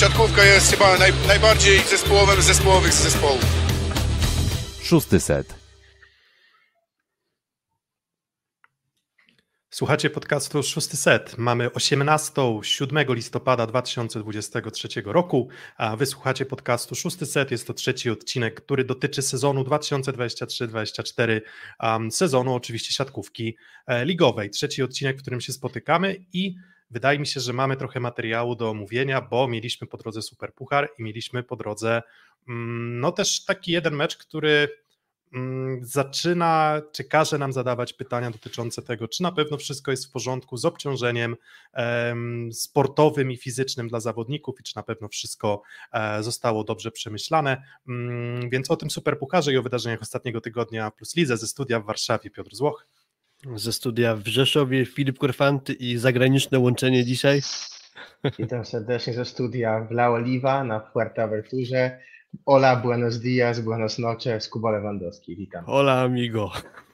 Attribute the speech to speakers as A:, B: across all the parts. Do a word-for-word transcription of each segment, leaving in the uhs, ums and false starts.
A: siatkówka jest chyba naj, najbardziej zespołowym z zespołowych z zespołów.
B: Szósty set.
C: Słuchacie podcastu Szósty Set. Mamy osiemnastego siódmego listopada dwa tysiące dwudziestego trzeciego roku, a wy słuchacie podcastu Szósty Set. Jest to trzeci odcinek, który dotyczy sezonu dwa tysiące dwudziestego trzeciego dwudziestego czwartego, um, sezonu oczywiście siatkówki e, ligowej. Trzeci odcinek, w którym się spotykamy i wydaje mi się, że mamy trochę materiału do omówienia, bo mieliśmy po drodze Superpuchar i mieliśmy po drodze mm, no też taki jeden mecz, który zaczyna, czy każe nam zadawać pytania dotyczące tego, czy na pewno wszystko jest w porządku z obciążeniem um, sportowym i fizycznym dla zawodników i czy na pewno wszystko e, zostało dobrze przemyślane, um, więc o tym Superpucharze i o wydarzeniach ostatniego tygodnia plus lidze ze studia w Warszawie Piotr Złoch.
D: Ze studia w Rzeszowie Filip Korfanty i zagraniczne łączenie dzisiaj.
E: Witam serdecznie ze studia w La Oliva na Fuerteventurze. Hola, buenos días, buenos noches, Kuba Lewandowski, witam.
D: Hola, amigo.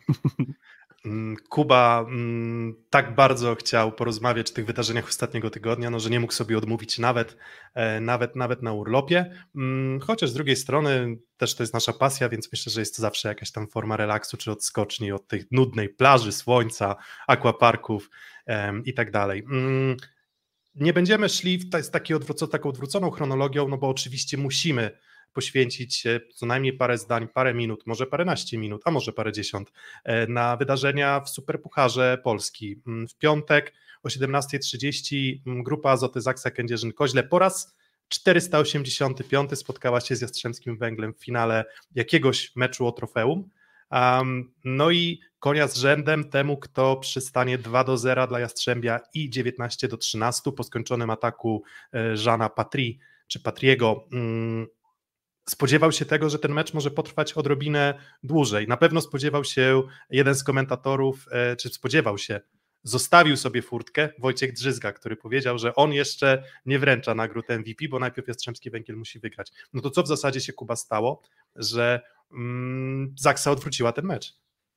C: Kuba mm, tak bardzo chciał porozmawiać o tych wydarzeniach ostatniego tygodnia, no, że nie mógł sobie odmówić nawet, e, nawet, nawet na urlopie, mm, chociaż z drugiej strony też to jest nasza pasja, więc myślę, że jest to zawsze jakaś tam forma relaksu czy odskoczni od tej nudnej plaży, słońca, aquaparków e, i tak dalej. Mm, nie będziemy szli w t- z takiej odwróco- taką odwróconą chronologią, no bo oczywiście musimy poświęcić co najmniej parę zdań, parę minut, może paręnaście minut, a może parę dziesiąt na wydarzenia w Superpucharze Polski. W piątek o siedemnasta trzydzieści grupa Azoty Zaksa Kędzierzyn-Koźle po raz czterysta osiemdziesiąty piąty spotkała się z Jastrzębskim Węglem w finale jakiegoś meczu o trofeum. Um, no i konia z rzędem temu, kto przystanie dwa do zera dla Jastrzębia i dziewiętnaście do trzynastu po skończonym ataku Jeana Patry, czy Patriego. Um, spodziewał się tego, że ten mecz może potrwać odrobinę dłużej. Na pewno spodziewał się jeden z komentatorów, czy spodziewał się, zostawił sobie furtkę, Wojciech Drzyzga, który powiedział, że on jeszcze nie wręcza nagród M V P, bo najpierw Jastrzębski Węgiel musi wygrać. No to co w zasadzie się, Kuba, stało, że mm, Zaksa odwróciła ten mecz?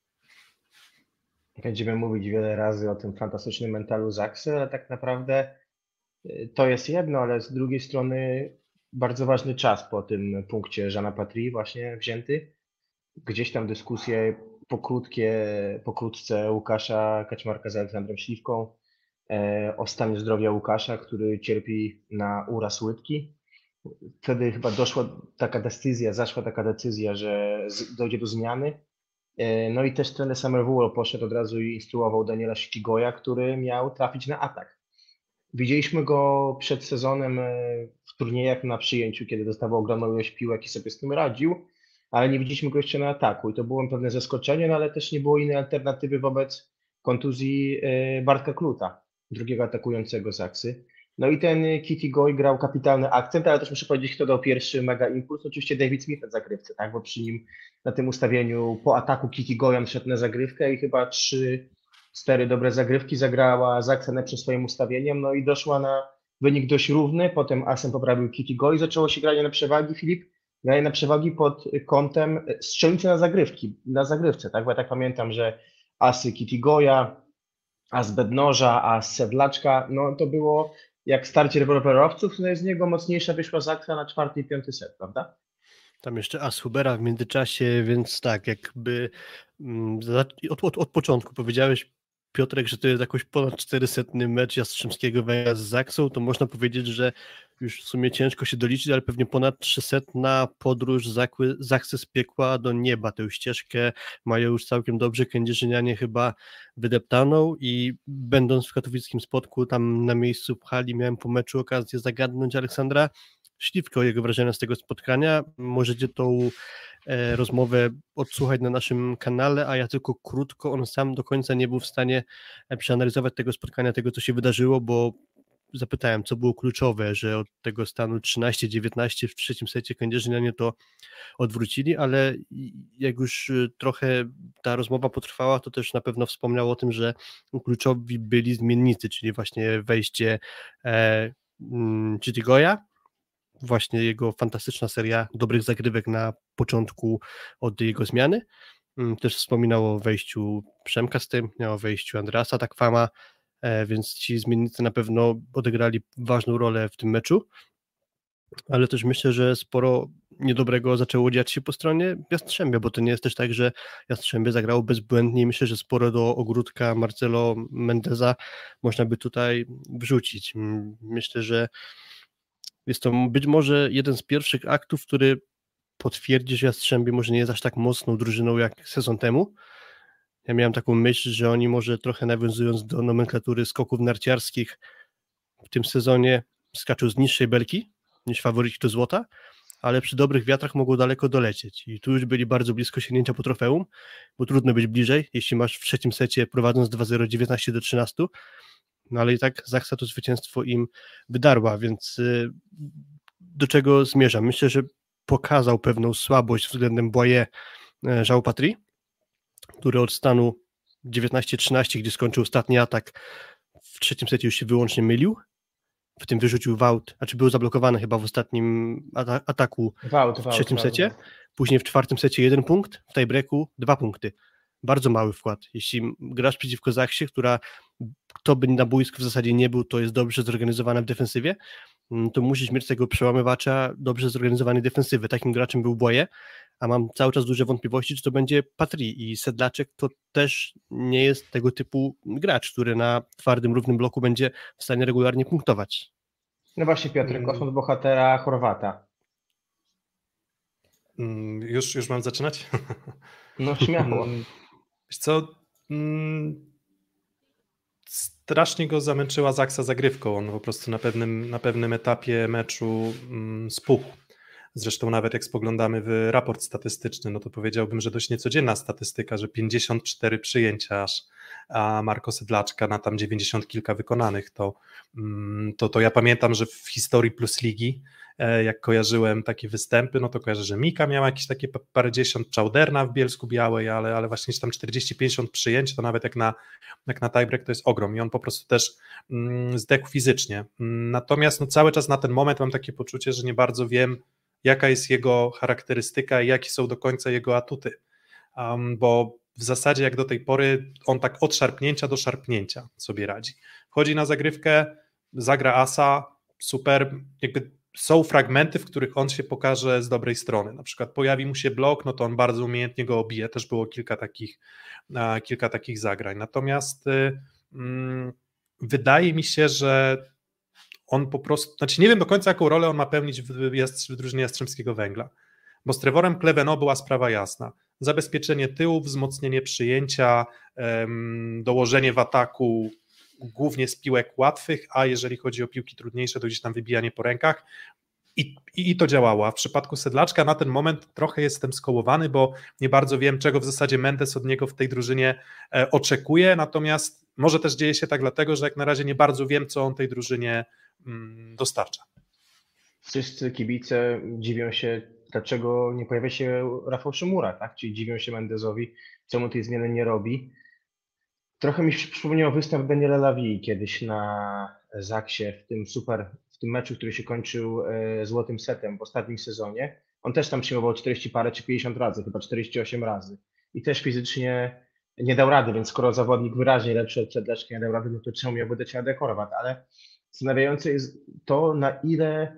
E: Będziemy mówić wiele razy o tym fantastycznym mentalu Zaksy, ale tak naprawdę to jest jedno, ale z drugiej strony bardzo ważny czas po tym punkcie Jeana Patry właśnie wzięty. Gdzieś tam dyskusje pokrótkie, pokrótce Łukasza Kaczmarka z Aleksandrem Śliwką e, o stanie zdrowia Łukasza, który cierpi na uraz łydki. Wtedy chyba doszła taka decyzja, zaszła taka decyzja, że z, dojdzie do zmiany. E, no i też trener Summerwall poszedł od razu i instruował Daniela Ścigoja, który miał trafić na atak. Widzieliśmy go przed sezonem w turniejach na przyjęciu, kiedy dostawał ogromną ilość piłek i sobie z tym radził, ale nie widzieliśmy go jeszcze na ataku i to było pewne zaskoczenie, no ale też nie było innej alternatywy wobec kontuzji Bartka Kluta, drugiego atakującego Zaksy. No i ten Kitty Goy grał kapitalny akcent, ale też muszę powiedzieć, kto dał pierwszy mega impuls, oczywiście David Smith na zagrywce, tak, bo przy nim na tym ustawieniu po ataku Kitty Goyem szedł na zagrywkę i chyba trzy Cztery dobre zagrywki zagrała Zaksa lepszym swoim ustawieniem, no i doszła na wynik dość równy, potem asem poprawił Kitty Goy i zaczęło się granie na przewagi, Filip, granie na przewagi pod kątem strzelnicy na zagrywki, na zagrywce, tak, bo ja tak pamiętam, że asy Kitty Goya, as Bednoża, as Sedlaczka, no to było jak starcie rewolwerowców, no i z niego mocniejsza wyszła Zaksa na czwarty i piąty set, prawda?
D: Tam jeszcze as Hubera w międzyczasie, więc tak, jakby od, od, od początku powiedziałeś, Piotrek, że to jest jakoś ponad czterysetny mecz Jastrzębskiego Węgla z Zaksą, to można powiedzieć, że już w sumie ciężko się doliczyć, ale pewnie ponad trzysetna podróż Zakły, Zaksy z piekła do nieba. Tę ścieżkę mają już całkiem dobrze Kędzierzynianie chyba wydeptaną i będąc w katowickim spotku tam na miejscu w hali miałem po meczu okazję zagadnąć Aleksandra Śliwkę o jego wrażenia z tego spotkania. Możecie tą e, rozmowę odsłuchać na naszym kanale, a ja tylko krótko, on sam do końca nie był w stanie przeanalizować tego spotkania, tego co się wydarzyło, bo zapytałem, co było kluczowe, że od tego stanu trzynaście dziewiętnaście w trzecim secie Kędzierzynianie to odwrócili, ale jak już trochę ta rozmowa potrwała, to też na pewno wspomniał o tym, że kluczowi byli zmiennicy, czyli właśnie wejście e, Chidigoya, właśnie jego fantastyczna seria dobrych zagrywek na początku od jego zmiany. Też wspominał o wejściu Przemka Stępnia, o wejściu Andrasa Takwama, więc ci zmiennicy na pewno odegrali ważną rolę w tym meczu. ale też myślę, że sporo niedobrego zaczęło dziać się po stronie Jastrzębia, bo to nie jest też tak, że Jastrzębie zagrało bezbłędnie i myślę, że sporo do ogródka Marcelo Mendeza można by tutaj wrzucić. Myślę, że jest to być może jeden z pierwszych aktów, który potwierdzi, że Jastrzębie może nie jest aż tak mocną drużyną jak sezon temu. Ja miałem taką myśl, że oni może trochę nawiązując do nomenklatury skoków narciarskich w tym sezonie skaczą z niższej belki niż faworyci do złota, ale przy dobrych wiatrach mogą daleko dolecieć i tu już byli bardzo blisko sięgnięcia po trofeum, bo trudno być bliżej, jeśli masz w trzecim secie prowadząc dwa zero dziewiętnaście do trzynastu, no ale i tak Zaksa to zwycięstwo im wydarła, więc do czego zmierzam? Myślę, że pokazał pewną słabość względem Boye Jean Patry, który od stanu dziewiętnaście trzynaście, gdzie skończył ostatni atak, w trzecim secie już się wyłącznie mylił, w tym wyrzucił Wout, a czy był zablokowany chyba w ostatnim ata- ataku
E: Wout,
D: w
E: Wout,
D: trzecim
E: Wout,
D: secie,
E: Wout.
D: później w czwartym secie jeden punkt, w tiebreaku dwa punkty. Bardzo mały wkład. Jeśli grasz przeciwko Zaksie, która kto by na boisku w zasadzie nie był, to jest dobrze zorganizowana w defensywie, to musisz mieć tego przełamywacza dobrze zorganizowanej defensywy. Takim graczem był Boye, a mam cały czas duże wątpliwości, czy to będzie Patry i Sedlaczek to też nie jest tego typu gracz, który na twardym, równym bloku będzie w stanie regularnie punktować.
E: No właśnie, Piotrek,
C: Mm.
E: kosmos bohatera Chorwata.
C: Mm, Już, już mam zaczynać?
E: No śmiało.
C: Mm, Wiesz co, mm, strasznie go zamęczyła Zaksa zagrywką, on po prostu na pewnym, na pewnym etapie meczu mm, spuchł. Zresztą nawet jak spoglądamy w raport statystyczny, no to powiedziałbym, że dość niecodzienna statystyka, że pięćdziesiąt cztery przyjęcia aż, a Marco Sedlaczka na tam dziewięćdziesiąt kilka wykonanych, to, mm, to, to ja pamiętam, że w historii Plus Ligi, e, jak kojarzyłem takie występy, no to kojarzę, że Mika miała jakieś takie pa- parędziesiąt, Czauderna w Bielsku Białej, ale, ale właśnie tam czterdzieści pięćdziesiąt przyjęć, to nawet jak na, jak na tiebreak to jest ogrom i on po prostu też mm, zdechł fizycznie. Mm, Natomiast no, cały czas na ten moment mam takie poczucie, że nie bardzo wiem, jaka jest jego charakterystyka i jakie są do końca jego atuty, um, bo w zasadzie jak do tej pory on tak od szarpnięcia do szarpnięcia sobie radzi. Wchodzi na zagrywkę, zagra asa, super, jakby są fragmenty, w których on się pokaże z dobrej strony, na przykład pojawi mu się blok, no to on bardzo umiejętnie go obije, też było kilka takich, uh, kilka takich zagrań, natomiast y, mm, wydaje mi się, że on po prostu, znaczy nie wiem do końca jaką rolę on ma pełnić w, w drużynie Jastrzębskiego Węgla, bo z Trevorem Kleveno była sprawa jasna, zabezpieczenie tyłu, wzmocnienie przyjęcia, um, dołożenie w ataku głównie z piłek łatwych, a jeżeli chodzi o piłki trudniejsze, to gdzieś tam wybijanie po rękach i, i, i to działało, a w przypadku Sedlaczka na ten moment trochę jestem skołowany, bo nie bardzo wiem, czego w zasadzie Mendes od niego w tej drużynie e, oczekuje, natomiast może też dzieje się tak dlatego, że jak na razie nie bardzo wiem, co on tej drużynie mm, dostarcza.
E: Wszyscy kibice dziwią się, dlaczego nie pojawia się Rafał Szymura, tak? Czyli dziwią się Mendezowi, czemu tej zmiany nie robi. Trochę mi przypomniał występ Daniela Lavii kiedyś na Zaksie w tym super, w tym meczu, który się kończył e, złotym setem w ostatnim sezonie. On też tam przyjmował czterdzieści parę czy pięćdziesiąt razy, chyba czterdzieści osiem razy. I też fizycznie nie dał rady, więc skoro zawodnik wyraźnie lepszy od Sedlaczka nie dał rady, no to czemu miałby dać radę Chorwat? Ale zastanawiające jest to, na ile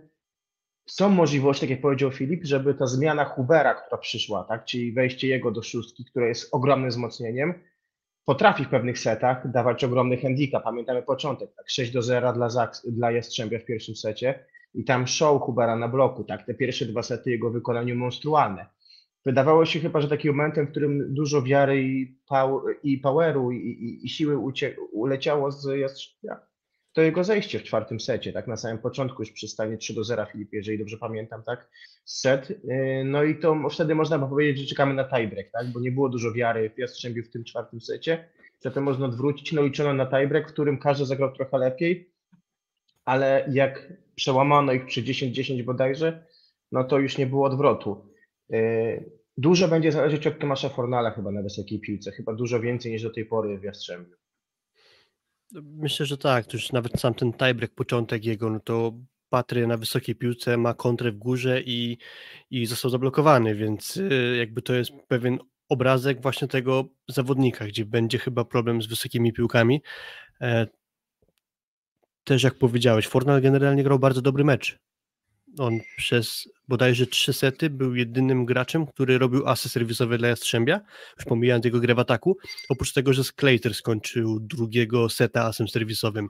E: są możliwości, tak jak powiedział Filip, żeby ta zmiana Hubera, która przyszła, tak, czyli wejście jego do szóstki, które jest ogromnym wzmocnieniem, potrafi w pewnych setach dawać ogromny handicap. Pamiętamy początek, tak, sześć do zera dla, Zaks, dla Jastrzębia w pierwszym secie i tam show Hubera na bloku, tak, te pierwsze dwa sety jego wykonaniu monstrualne. Wydawało się chyba, że takim momentem, w którym dużo wiary i, pow- i poweru i, i, i siły ucie- uleciało z Jastrzębia, to jego zejście w czwartym secie, tak na samym początku już przy stanie trzy do zera, Filip, jeżeli dobrze pamiętam, tak, set. No i to wtedy można by powiedzieć, że czekamy na tiebreak, tak, bo nie było dużo wiary w Jastrzębiu w tym czwartym secie, zatem można odwrócić, no liczono na tiebreak, w którym każdy zagrał trochę lepiej, ale jak przełamano ich przy dziesięć dziesięć bodajże, no to już nie było odwrotu. Dużo będzie zależeć od Tomasza Fornala chyba na wysokiej piłce, chyba dużo więcej niż do tej pory w Jastrzębiu.
D: Myślę, że tak, to już nawet sam ten tiebreak, początek jego, no to Patry na wysokiej piłce ma kontrę w górze i, i został zablokowany, więc jakby to jest pewien obrazek właśnie tego zawodnika, gdzie będzie chyba problem z wysokimi piłkami. Też jak powiedziałeś, Fornal generalnie grał bardzo dobry mecz. On przez bodajże trzy sety był jedynym graczem, który robił asy serwisowe dla Jastrzębia, już pomijając jego grę w ataku, oprócz tego, że Sclater skończył drugiego seta asem serwisowym.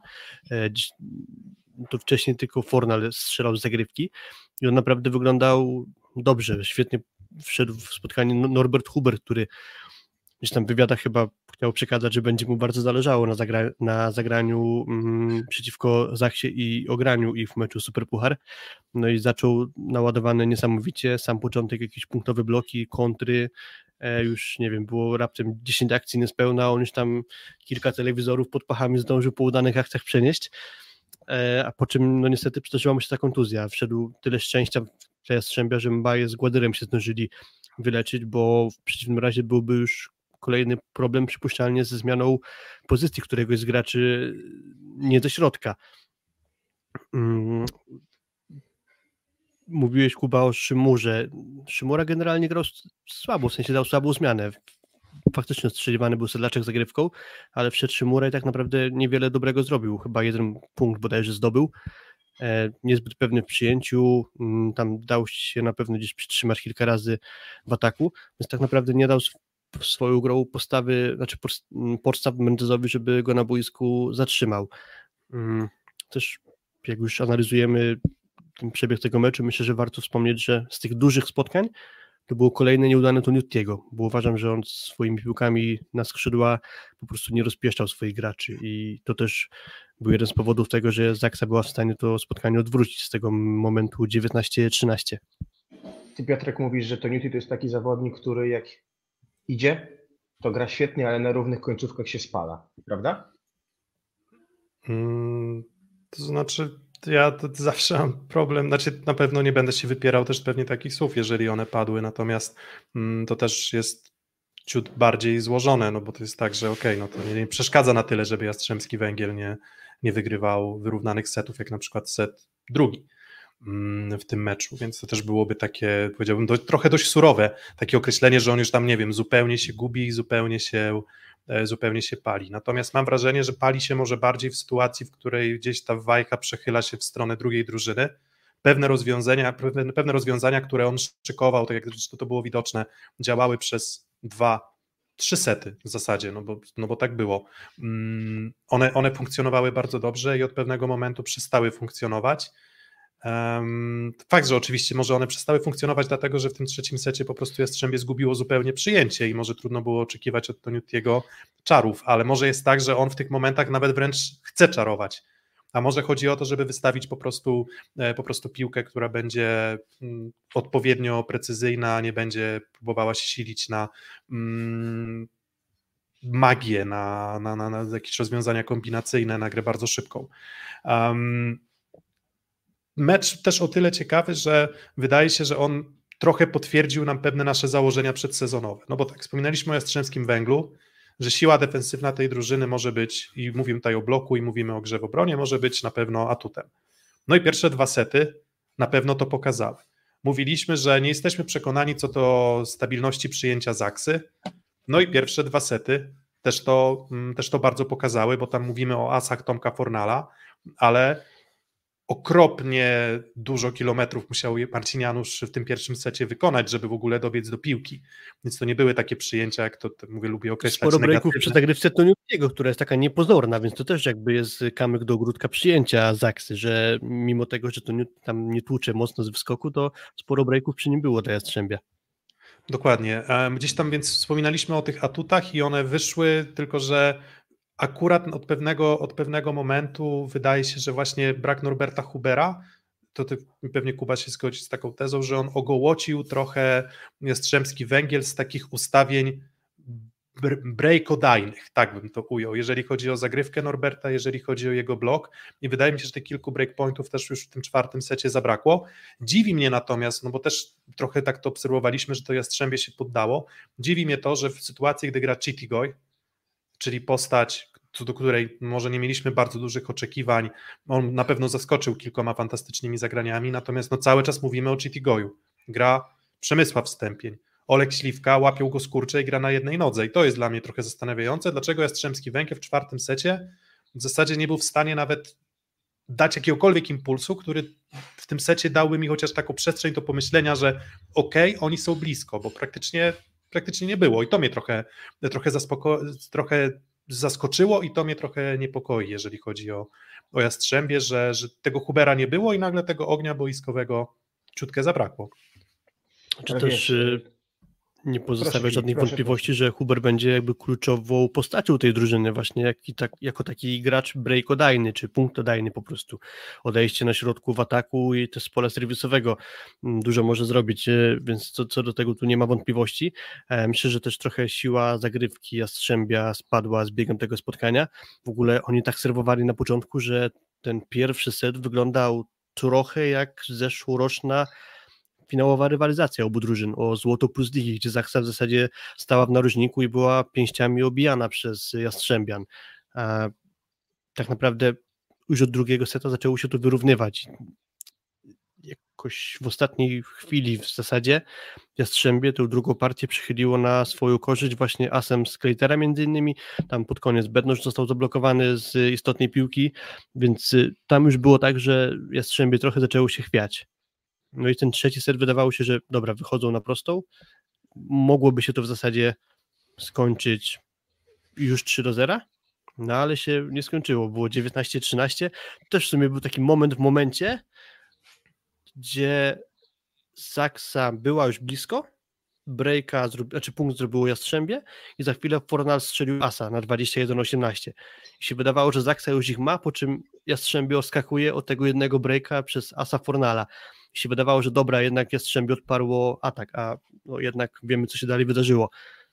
D: To wcześniej tylko Fornal strzelał z zagrywki i on naprawdę wyglądał dobrze, świetnie wszedł w spotkanie Norbert Huber, który gdzieś tam w wywiadach chyba chciał przekazać, że będzie mu bardzo zależało na, zagra- na zagraniu mm, przeciwko Zaksie i ograniu ich w meczu Superpuchar. No i zaczął naładowany niesamowicie, sam początek, jakieś punktowe bloki, kontry, e, już nie wiem, było raptem dziesięć akcji niespełna, on już tam kilka telewizorów pod pachami zdążył po udanych akcjach przenieść, e, a po czym no niestety przydarzyła mu się ta kontuzja. Wszedł tyle szczęścia w Jastrzębia, że Mbaye z Gładyrem się zdążyli wyleczyć, bo w przeciwnym razie byłby już kolejny problem przypuszczalnie ze zmianą pozycji któregoś z graczy nie do środka. Hmm. Mówiłeś, Kuba, o Szymurze. Szymura generalnie grał słabo, w sensie dał słabą zmianę. Faktycznie ostrzeliwany był Sedlaczek zagrywką, ale wszedł Szymura i tak naprawdę niewiele dobrego zrobił. Chyba jeden punkt bodajże zdobył. E, niezbyt pewny w przyjęciu, tam dał się na pewno gdzieś przytrzymać kilka razy w ataku, więc tak naprawdę nie dał swoją grą postawy, znaczy podstaw Mendezowi, żeby go na boisku zatrzymał. Też jak już analizujemy ten przebieg tego meczu, myślę, że warto wspomnieć, że z tych dużych spotkań to było kolejne nieudane Toniutiego, bo uważam, że on swoimi piłkami na skrzydła po prostu nie rozpieszczał swoich graczy i to też był jeden z powodów tego, że Zaksa była w stanie to spotkanie odwrócić z tego momentu dziewiętnaście trzynaście.
E: Ty, Piotrek, mówisz, że Toniutti to jest taki zawodnik, który jak idzie, to gra świetnie, ale na równych końcówkach się spala, prawda?
C: Hmm, to znaczy, ja to zawsze mam problem, znaczy na pewno nie będę się wypierał też pewnie takich słów, jeżeli one padły, natomiast hmm, to też jest ciut bardziej złożone, no bo to jest tak, że okej, okay, no to nie, nie przeszkadza na tyle, żeby Jastrzębski Węgiel nie, nie wygrywał wyrównanych setów, jak na przykład set drugi w tym meczu, więc to też byłoby takie, powiedziałbym, do, trochę dość surowe, takie określenie, że on już tam, nie wiem, zupełnie się gubi i zupełnie się, zupełnie się pali. Natomiast mam wrażenie, że pali się może bardziej w sytuacji, w której gdzieś ta wajcha przechyla się w stronę drugiej drużyny. Pewne rozwiązania, pewne, pewne rozwiązania, które on szykował, tak jak zresztą to było widoczne, działały przez dwa, trzy sety w zasadzie, no bo, no bo tak było. One, one funkcjonowały bardzo dobrze i od pewnego momentu przestały funkcjonować. Um, fakt, że oczywiście może one przestały funkcjonować dlatego, że w tym trzecim secie po prostu Jastrzębie zgubiło zupełnie przyjęcie i może trudno było oczekiwać od Toniutiego czarów, ale może jest tak, że on w tych momentach nawet wręcz chce czarować, a może chodzi o to, żeby wystawić po prostu, po prostu piłkę, która będzie odpowiednio precyzyjna, nie będzie próbowała się silić na mm, magię, na, na, na, na jakieś rozwiązania kombinacyjne, na grę bardzo szybką. Um, Mecz też o tyle ciekawy, że wydaje się, że on trochę potwierdził nam pewne nasze założenia przedsezonowe. No bo tak, wspominaliśmy o Jastrzębskim Węglu, że siła defensywna tej drużyny może być, i mówimy tutaj o bloku i mówimy o grze w obronie, może być na pewno atutem. No i pierwsze dwa sety na pewno to pokazały. Mówiliśmy, że nie jesteśmy przekonani co do stabilności przyjęcia Zaksy, no i pierwsze dwa sety też to, też to bardzo pokazały, bo tam mówimy o asach Tomka Fornala, ale okropnie dużo kilometrów musiał Marcin Janusz w tym pierwszym secie wykonać, żeby w ogóle dobiec do piłki. Więc to nie były takie przyjęcia, jak to, to mówię, lubię określać.
D: Sporo breaków przy zagrywce Toniutiego, która jest taka niepozorna, więc to też jakby jest kamyk do ogródka przyjęcia Zaksy, że mimo tego, że Toniutti tam nie tłucze mocno z wyskoku, to sporo breaków przy nim było dla Jastrzębia.
C: Dokładnie. Gdzieś tam więc wspominaliśmy o tych atutach i one wyszły, tylko że akurat od pewnego, od pewnego momentu wydaje się, że właśnie brak Norberta Hubera, to ty pewnie, Kuba, się zgodzi z taką tezą, że on ogołocił trochę Jastrzębski Węgiel z takich ustawień breakodajnych, tak bym to ujął, jeżeli chodzi o zagrywkę Norberta, jeżeli chodzi o jego blok, i wydaje mi się, że tych kilku breakpointów też już w tym czwartym secie zabrakło. Dziwi mnie natomiast, no bo też trochę tak to obserwowaliśmy, że to Jastrzębie się poddało, dziwi mnie to, że w sytuacji, gdy gra Chitigoj, czyli postać, co do której może nie mieliśmy bardzo dużych oczekiwań, on na pewno zaskoczył kilkoma fantastycznymi zagraniami, natomiast no cały czas mówimy o Chitigoju. Gra Przemysław Stępień, Olek Śliwka łapią go skurcze i gra na jednej nodze i to jest dla mnie trochę zastanawiające, dlaczego Jastrzębski Węgiel w czwartym secie w zasadzie nie był w stanie nawet dać jakiegokolwiek impulsu, który w tym secie dałby mi chociaż taką przestrzeń do pomyślenia, że okej, okay, oni są blisko, bo praktycznie, praktycznie nie było i to mnie trochę, trochę, zaspoko- trochę zaskoczyło i to mnie trochę niepokoi, jeżeli chodzi o, o Jastrzębie, że, że tego Hubera nie było i nagle tego ognia boiskowego ciutkę zabrakło.
D: Czy
E: Ale
D: też
E: wiesz,
D: y, nie pozostawia
E: proszę,
D: żadnych
E: proszę,
D: wątpliwości,
E: proszę.
D: że Huber będzie jakby kluczową postacią tej drużyny, właśnie jak, i tak, jako taki gracz breakodajny, czy punktodajny po prostu. Odejście na środku w ataku i też z pola serwisowego mm, dużo może zrobić, y, więc co, co do tego tu nie ma wątpliwości. E, Myślę, że też trochę siła zagrywki Jastrzębia spadła z biegiem tego spotkania. W ogóle oni tak serwowali na początku, że ten pierwszy set wyglądał trochę jak zeszłoroczna finałowa rywalizacja obu drużyn o złoto plus ligi, gdzie Zaksa w zasadzie stała w narożniku i była pięściami obijana przez Jastrzębian. A tak naprawdę już od drugiego seta zaczęło się to wyrównywać. Jakoś w ostatniej chwili w zasadzie Jastrzębie tę drugą partię przychyliło na swoją korzyść właśnie asem z Kreitera między innymi, tam pod koniec Bednosz został zablokowany z istotnej piłki, więc tam już było tak, że Jastrzębie trochę zaczęło się chwiać. No i ten trzeci set wydawało się, że dobra, wychodzą na prostą, mogłoby się to w zasadzie skończyć już trzy do zera, no ale się nie skończyło, było dziewiętnaście trzynaście, też w sumie był taki moment w momencie, gdzie Zaksa była już blisko, breaka, znaczy punkt zrobiło Jastrzębie i za chwilę Fornal strzelił asa na dwadzieścia jeden osiemnaście i się wydawało, że Zaksa już ich ma, po czym Jastrzębie odskakuje od tego jednego breaka przez asa Fornala. I się wydawało, że dobra, jednak Jastrzębie odparło atak, a no jednak wiemy, co się dalej wydarzyło.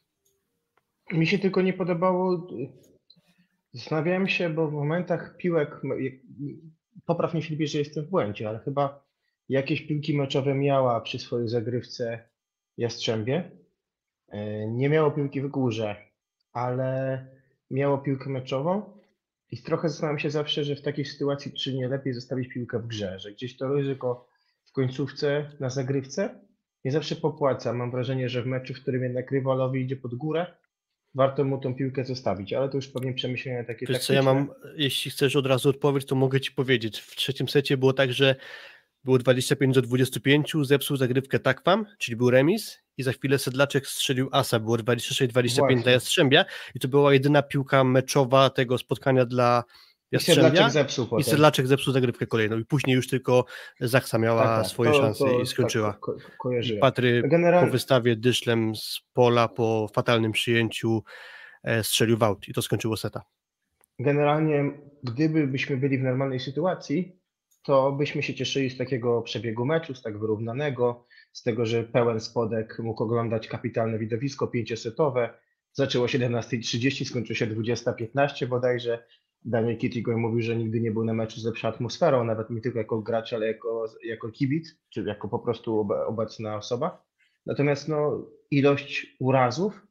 E: Mi się tylko nie podobało, zastanawiałem się, bo w momentach piłek, popraw mnie Filipie, że jestem w błędzie, ale chyba jakieś piłki meczowe miała przy swojej zagrywce Jastrzębie. Nie miało piłki w górze, ale miało piłkę meczową i trochę zastanawiam się zawsze, że w takiej sytuacji czy nie lepiej zostawić piłkę w grze, że gdzieś to ryzyko w końcówce na zagrywce nie zawsze popłaca. Mam wrażenie, że w meczu, w którym jednak rywalowi idzie pod górę, warto mu tą piłkę zostawić, ale to już pewnie przemyślenia takie
D: Wiesz co,
E: taktyczne.
D: ja mam, jeśli chcesz od razu odpowiedź, to mogę ci powiedzieć. W trzecim secie było tak, że było dwadzieścia pięć do dwudziestu pięciu, zepsuł zagrywkę Takwam, czyli był remis i za chwilę Sedlaczek strzelił asa, było dwadzieścia sześć dwadzieścia pięć dla Jastrzębia i to była jedyna piłka meczowa tego spotkania dla Jastrzębia. I Sedlaczek zepsuł potem. I Sedlaczek zepsuł zagrywkę kolejną i później już tylko Zaksa miała tak, tak, swoje to, szanse to, i skończyła. Tak, ko- ko- I Patry Generalnie... po wystawie dyszlem z pola, po fatalnym przyjęciu e, strzelił w aut i to skończyło seta.
E: Generalnie, gdybyśmy byli w normalnej sytuacji, to byśmy się cieszyli z takiego przebiegu meczu, z tak wyrównanego, z tego, że pełen spodek mógł oglądać kapitalne widowisko pięciosetowe. Zaczęło siedemnasta trzydzieści, skończyło się dwadzieścia piętnaście bodajże. Daniel Kittigoy mówił, że nigdy nie był na meczu z lepszą atmosferą, nawet nie tylko jako gracz, ale jako, jako kibic, czy jako po prostu obecna osoba. Natomiast no, ilość urazów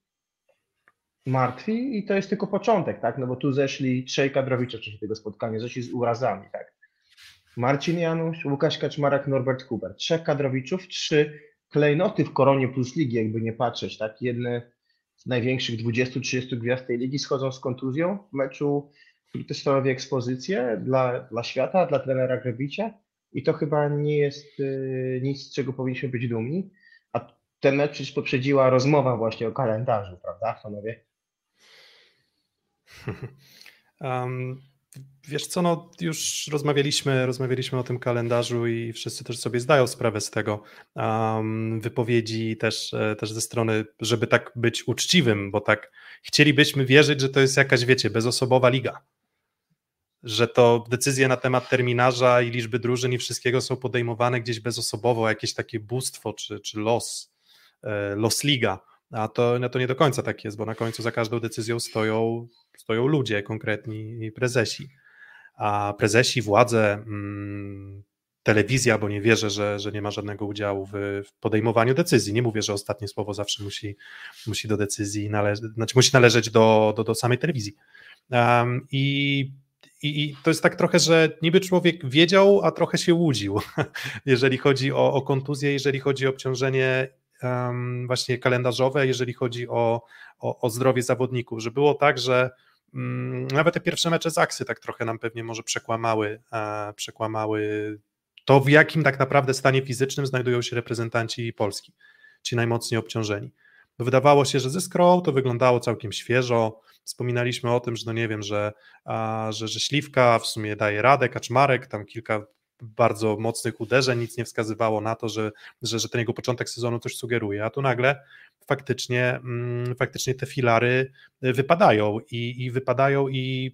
E: martwi i to jest tylko początek, tak? No bo tu zeszli trzej kadrowicze w czasie tego spotkania, zeszli z urazami, tak? Marcin Janusz, Łukasz Kaczmarek, Norbert Huber. Trzech kadrowiczów, trzy klejnoty w koronie plus ligi, jakby nie patrzeć, tak? Jedne z największych dwudziestu trzydziestu gwiazd tej ligi schodzą z kontuzją w meczu, który też stanowi ekspozycję dla, dla świata, dla trenera Grzebicia i to chyba nie jest y, nic, z czego powinniśmy być dumni. A ten mecz przecież poprzedziła rozmowa właśnie o kalendarzu, prawda, panowie?
C: Um, wiesz co, no już rozmawialiśmy, rozmawialiśmy o tym kalendarzu i wszyscy też sobie zdają sprawę z tego. Um, wypowiedzi też, też ze strony, żeby tak być uczciwym, bo tak chcielibyśmy wierzyć, że to jest jakaś, wiecie, bezosobowa liga. Że to decyzje na temat terminarza i liczby drużyn i wszystkiego są podejmowane gdzieś bezosobowo, jakieś takie bóstwo czy, czy los, los liga, a to, no to nie do końca tak jest, bo na końcu za każdą decyzją stoją, stoją ludzie konkretni, prezesi, a prezesi, władze, mm, telewizja, bo nie wierzę, że, że nie ma żadnego udziału w, w podejmowaniu decyzji, nie mówię, że ostatnie słowo zawsze musi, musi do decyzji należeć, znaczy musi należeć do, do, do samej telewizji um, i I, I to jest tak trochę, że niby człowiek wiedział, a trochę się łudził, jeżeli chodzi o, o kontuzję, jeżeli chodzi o obciążenie um, właśnie kalendarzowe, jeżeli chodzi o, o, o zdrowie zawodników, że było tak, że Nawet te pierwsze mecze Zaksy tak trochę nam pewnie może przekłamały, przekłamały to, w jakim tak naprawdę stanie fizycznym znajdują się reprezentanci Polski, ci najmocniej obciążeni. Bo wydawało się, że ze Skrą to wyglądało całkiem świeżo, wspominaliśmy o tym, że no nie wiem, że, a, że, że Śliwka w sumie daje radę, Kaczmarek, tam kilka bardzo mocnych uderzeń, nic nie wskazywało na to, że, że, że ten jego początek sezonu coś sugeruje, a tu nagle faktycznie, mm, faktycznie te filary wypadają i, i wypadają i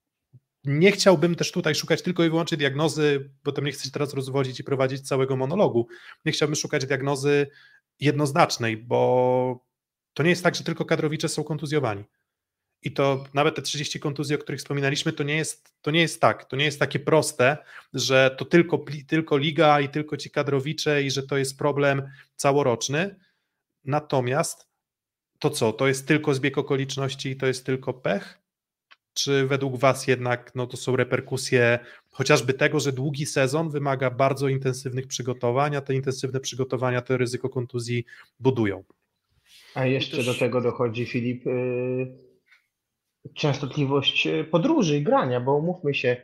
C: nie chciałbym też tutaj szukać tylko i wyłącznie diagnozy, bo to nie chcę się teraz rozwodzić i prowadzić całego monologu, nie chciałbym szukać diagnozy jednoznacznej, bo to nie jest tak, że tylko kadrowicze są kontuzjowani. I to nawet te trzydzieści kontuzji, o których wspominaliśmy, to nie jest, to nie jest tak, to nie jest takie proste, że to tylko, tylko liga i tylko ci kadrowicze i że to jest problem całoroczny. Natomiast to co, to jest tylko zbieg okoliczności i to jest tylko pech? Czy według was jednak no, to są reperkusje chociażby tego, że długi sezon wymaga bardzo intensywnych przygotowań, a te intensywne przygotowania to ryzyko kontuzji budują?
E: A jeszcze
D: też...
E: do tego dochodzi, Filip, yy, częstotliwość podróży i grania, bo umówmy się,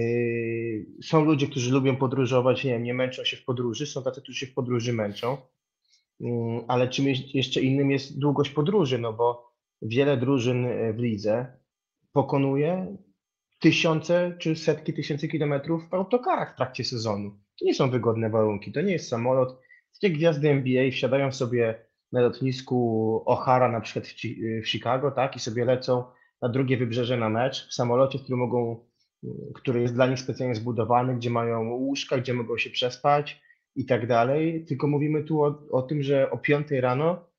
E: yy, są ludzie, którzy lubią podróżować, nie wiem, nie męczą się w podróży, są tacy, którzy się w podróży męczą, yy, ale czym jeszcze innym jest długość podróży, no bo wiele drużyn w lidze pokonuje tysiące czy setki tysięcy kilometrów w autokarach w trakcie sezonu. To nie są wygodne warunki, to nie jest samolot. Takie gwiazdy N B A wsiadają sobie na lotnisku O'Hara na przykład w, Ci- w Chicago, tak, i sobie lecą na drugie wybrzeże na mecz w samolocie, który mogą, który jest dla nich specjalnie zbudowany, gdzie mają łóżka, gdzie mogą się przespać i tak dalej. Tylko mówimy tu o, o tym, że o piątej rano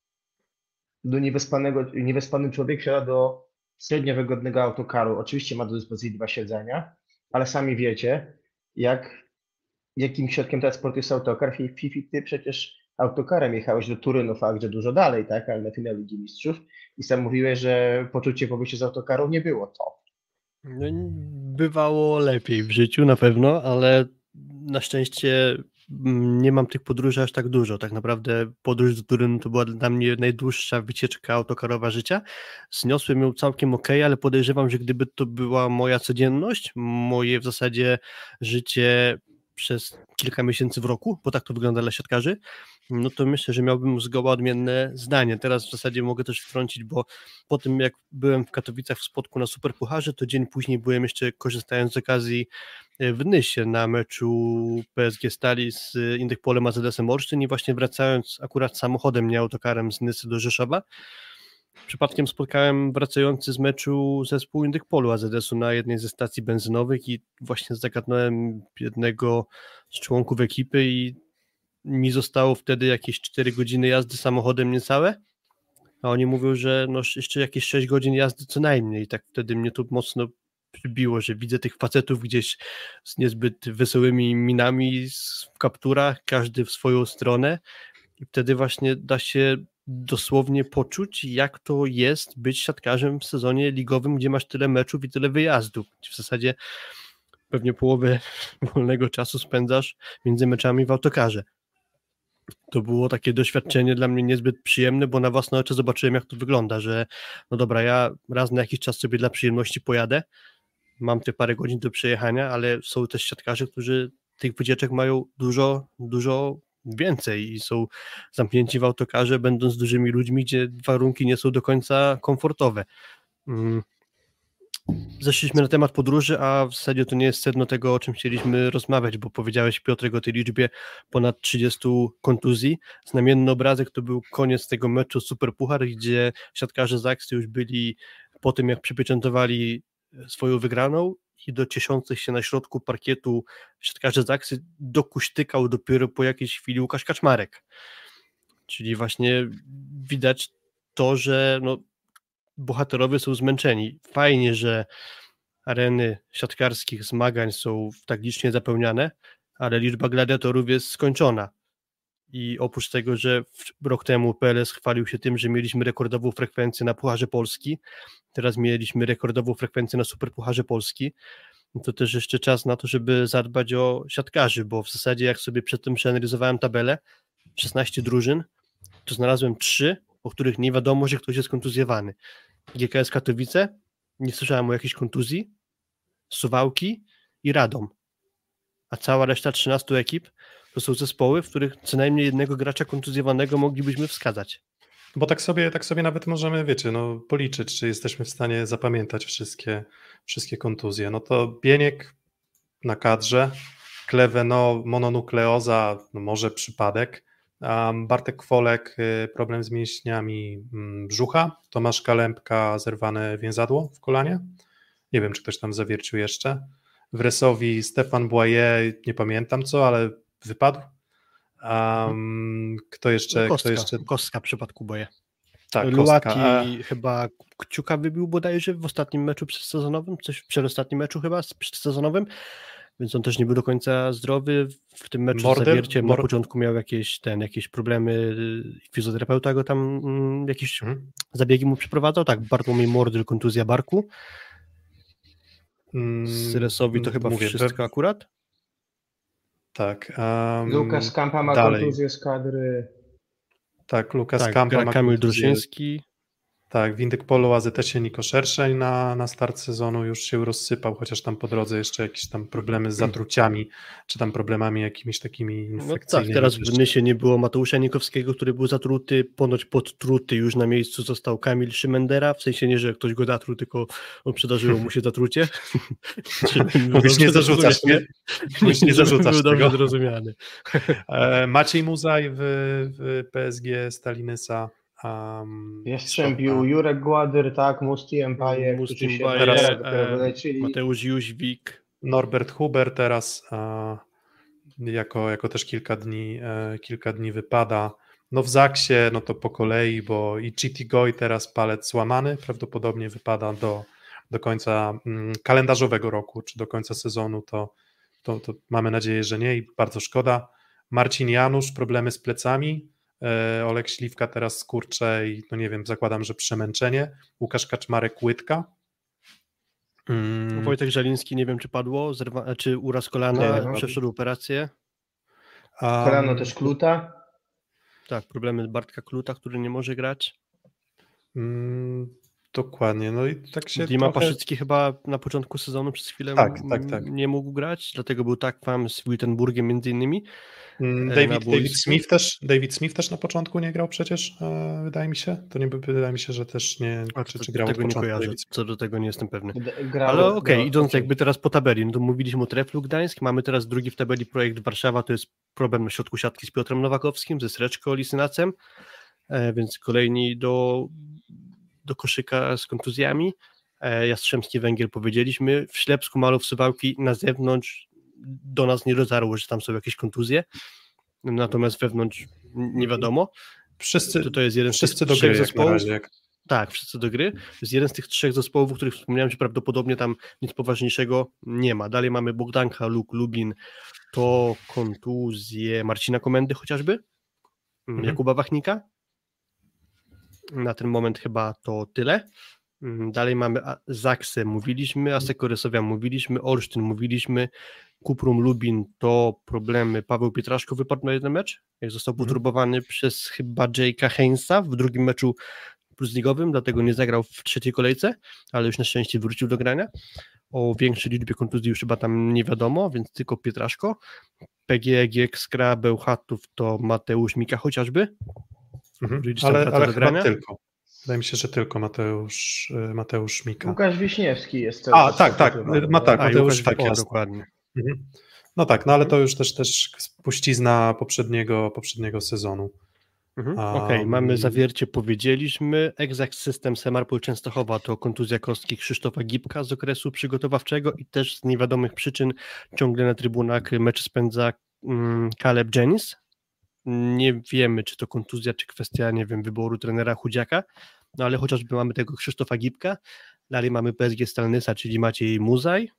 E: do niewyspanego, niewyspany człowiek wsiada do średnio wygodnego autokaru. Oczywiście ma do dyspozycji dwa siedzenia, ale sami wiecie, jak, jakim środkiem transportu jest autokar. Fifi, ty przecież autokarem jechałeś do Turynu, fakt, gdzie dużo dalej, tak, ale na finał Ligi Mistrzów i sam mówiłeś, że poczucie po wyjściu z autokaru nie było to.
D: No, bywało lepiej w życiu na pewno, ale na szczęście nie mam tych podróży aż tak dużo. Tak naprawdę podróż do Turynu to była dla mnie najdłuższa wycieczka autokarowa życia. Zniosłem ją całkiem okej, ale podejrzewam, że gdyby to była moja codzienność, moje w zasadzie życie przez kilka miesięcy w roku, bo tak to wygląda dla siatkarzy, no to myślę, że miałbym zgoła odmienne zdanie. Teraz w zasadzie mogę też wtrącić, bo po tym jak byłem w Katowicach w Spodku na Superpucharze, to dzień później byłem jeszcze, korzystając z okazji, w Nysie na meczu P S G Stali z Indykpolem A Z S-em Olsztyn i właśnie wracając akurat samochodem, nie autokarem z Nysy do Rzeszowa, przypadkiem spotkałem wracający z meczu zespół Indykpolu A Z S-u na jednej ze stacji benzynowych i właśnie zagadnąłem jednego z członków ekipy i mi zostało wtedy jakieś cztery godziny jazdy samochodem niecałe, a oni mówią, że no jeszcze jakieś sześć godzin jazdy co najmniej. I tak wtedy mnie to mocno przybiło, że widzę tych facetów gdzieś z niezbyt wesołymi minami w kapturach, każdy w swoją stronę i wtedy właśnie da się dosłownie poczuć, jak to jest być siatkarzem w sezonie ligowym, gdzie masz tyle meczów i tyle wyjazdów. W zasadzie pewnie połowę wolnego czasu spędzasz między meczami w autokarze. To było takie doświadczenie dla mnie niezbyt przyjemne, bo na własne oczy zobaczyłem, jak to wygląda, że no dobra, ja raz na jakiś czas sobie dla przyjemności pojadę, mam te parę godzin do przejechania, ale są też siatkarze, którzy tych wycieczek mają dużo, dużo więcej i są zamknięci w autokarze, będąc dużymi ludźmi, gdzie warunki nie są do końca komfortowe. Mm. Zeszliśmy na temat podróży, a w zasadzie to nie jest sedno tego, o czym chcieliśmy rozmawiać, bo powiedziałeś, Piotrek, o tej liczbie ponad trzydziestu kontuzji. Znamienny obrazek to był koniec tego meczu Superpuchar, gdzie siatkarze Zaksy już byli po tym, jak przypieczętowali swoją wygraną i do cieszących się na środku parkietu siatkarze Zaksy dokuśtykał dopiero po jakiejś chwili Łukasz Kaczmarek. Czyli właśnie widać to, że no, bohaterowie są zmęczeni. Fajnie, że areny siatkarskich zmagań są tak licznie zapełniane, ale liczba gladiatorów jest skończona. I oprócz tego, że rok temu P L S chwalił się tym, że mieliśmy rekordową frekwencję na Pucharze Polski, teraz mieliśmy rekordową frekwencję na Superpucharze Polski, to też jeszcze czas na to, żeby zadbać o siatkarzy, bo w zasadzie jak sobie przedtem przeanalizowałem tabelę, szesnaście drużyn, to znalazłem trzy, o których nie wiadomo, że ktoś jest kontuzjowany. G K S Katowice, nie słyszałem o jakiejś kontuzji, Suwałki i Radom. A cała reszta trzynastu ekip to są zespoły, w których co najmniej jednego gracza kontuzjowanego moglibyśmy wskazać.
C: Bo tak sobie, tak sobie nawet możemy, wiecie, no, policzyć, czy jesteśmy w stanie zapamiętać wszystkie, wszystkie kontuzje. No to Bieniek na kadrze, Kleve, no, mononukleoza, no może przypadek, um, Bartek Kwolek, y, problem z mięśniami mm, brzucha, Tomasz Kalembka, zerwane więzadło w kolanie, nie wiem, czy ktoś tam zawiercił jeszcze, w Resowi Stefan Boyer, nie pamiętam co, ale wypadł. Um, kto jeszcze?
D: Kostka,
C: kto jeszcze?
D: Kostka w przypadku Boje.
C: Tak,
D: Luaki
C: Kostka. A,
D: chyba Kciuka wybił bodajże w ostatnim meczu przedsezonowym, coś w przedostatnim meczu chyba przedsezonowym, więc on też nie był do końca zdrowy. W tym meczu
C: Morder,
D: z Zawierciem
C: Mor-
D: na początku miał jakieś, ten, jakieś problemy, fizjoterapeuta go tam mm, jakieś
C: Mhm.
D: zabiegi mu przeprowadzał, tak, Bartłomiej Mordyl, kontuzja barku. Z Resowi to
C: Mm,
D: chyba
C: mówię,
D: wszystko
C: we-
D: akurat.
C: Tak. Um,
E: Lukas Kampa ma
C: dalej.
E: kontuzję z kadry.
C: Tak, Lukas
D: Tak,
C: Kampa
D: gra
C: ma
D: Kamil
C: kontuzję.
D: Druszyński.
C: Tak, w Indyk Polo A Z S-ie Niko Szerszeń na, na start sezonu już się rozsypał, chociaż tam po drodze jeszcze jakieś tam problemy z zatruciami, czy tam problemami jakimiś takimi
D: No
C: infekcyjnymi.
D: tak, teraz w
C: jeszcze.
D: Nysie nie było Mateusza Nikowskiego, który był zatruty, ponoć podtruty, już na miejscu został Kamil Szymendera, w sensie nie, że ktoś go zatruł, tylko on przydarzyło mu się zatrucie.
C: Mówisz, nie zarzucasz, nie? Mówisz, nie zarzucasz
D: Był dobrze
C: tego.
D: zrozumiany.
C: E, Maciej Muzaj w, w P S G Stalinesa. Um,
E: Jastrzębiu, Jurek Gładyr, tak, Musti Empaje,
D: Musti
E: którzy się
D: Empaje,
E: teraz
C: teraz,
E: dopiero
D: e,
E: wyleczyli.
D: Mateusz Jóźwik.
C: Norbert Huber teraz a, jako, jako też kilka dni, e, kilka dni wypada. No w Zaksie, no to po kolei, bo i Chiti Goy teraz palec złamany, prawdopodobnie wypada do, do końca mm, kalendarzowego roku, czy do końca sezonu, to, to, to mamy nadzieję, że nie i bardzo szkoda. Marcin Janusz, problemy z plecami, e, Olek Śliwka teraz skurcze i no nie wiem, zakładam, że przemęczenie. Łukasz Kaczmarek Łydka. Mm.
D: Wojtek Żaliński, nie wiem czy padło, zerwa, czy uraz kolana,
E: Nie, no.
D: przeszedł operację.
C: Um,
E: Kolano też Kluta.
D: Tak, problemy Bartka Kluta, który nie może grać.
C: Mm, dokładnie, no i tak się
D: Dima
C: trochę...
D: Paszycki chyba na początku sezonu przez chwilę
C: Tak, tak, tak.
D: nie mógł grać, dlatego był tak fam z Wittenburgiem między innymi.
C: Mm,
D: na
C: David,
D: boisku.
C: David Smith też David Smith też na początku nie grał przecież, e, wydaje mi się. To nie wydaje mi się, że też nie
D: A
C: czy,
D: to,
C: czy grał od
D: tego nie
C: początku
D: kojarzę,
C: David Smith.
D: co do tego nie jestem pewny.
E: Grał,
D: Ale okej,
E: grał-
D: idąc jakby teraz po tabeli, no to mówiliśmy o Treflu Gdańsk, mamy teraz drugi w tabeli projekt Warszawa, to jest problem na środku siatki z Piotrem Nowakowskim, ze Sreczko Lisynacem, e, więc kolejni do, do koszyka z kontuzjami. E, Jastrzębski Węgiel powiedzieliśmy, w Ślepsku Malów Suwałki na zewnątrz do nas nie dotarło, że tam są jakieś kontuzje, natomiast wewnątrz nie wiadomo.
C: Wszyscy,
D: To, to jest jeden z
C: wszyscy
D: tych
C: do
D: trzech
C: gry jak na
D: zespołów.
C: razie. Jak...
D: Tak, wszyscy do gry. To jest jeden z tych trzech zespołów, o których wspomniałem, że prawdopodobnie tam nic poważniejszego nie ma. Dalej mamy Bogdanka, Luk, Lublin, to kontuzje Marcina Komendy chociażby,
C: Mhm.
D: Jakuba Wachnika. Na ten moment chyba to tyle. Dalej mamy A- Zaksę, mówiliśmy, Aseko Resowia mówiliśmy, Olsztyn mówiliśmy, Kuprum Lubin to problemy, Paweł Pietraszko wypadł na jeden mecz, jak został
C: Mhm.
D: poturbowany przez chyba Jake'a Heinza w drugim meczu plusligowym, dlatego nie zagrał w trzeciej kolejce, ale już na szczęście wrócił do grania. O większej liczbie kontuzji już chyba tam nie wiadomo, więc tylko Pietraszko. P G, Giekskra, Bełchatów to Mateusz Mika chociażby.
C: Mhm.
D: Gdzieś tam
C: Ale,
D: wraca
C: ale
D: do
C: chyba
D: grania.
C: tylko. Wydaje mi się, że tylko Mateusz, y, Mateusz Mika.
E: Łukasz Wiśniewski jest cały
C: A,
E: czas
C: tak, tak,
E: kontuzjowany,
C: ma
E: nie?
C: tak.
D: A,
C: Mateusz,
D: Łukasz
C: tak,
D: o,
C: jasne.
D: dokładnie.
C: Mhm. No tak, no ale to już też, też spuścizna poprzedniego, poprzedniego sezonu.
D: Mhm.
C: A,
D: Okej, mamy
C: mm.
D: Zawiercie, powiedzieliśmy. Exact System Semarpol Częstochowa to kontuzja kostki Krzysztofa Gipka z okresu przygotowawczego i też z niewiadomych przyczyn ciągle na trybunach mecz spędza um, Caleb Jennings. Nie wiemy, czy to kontuzja, czy kwestia, nie wiem, wyboru trenera Chudziaka, no ale chociażby mamy tego Krzysztofa Gipka. Dalej mamy P S G Stalnysa, czyli Maciej Muzaj.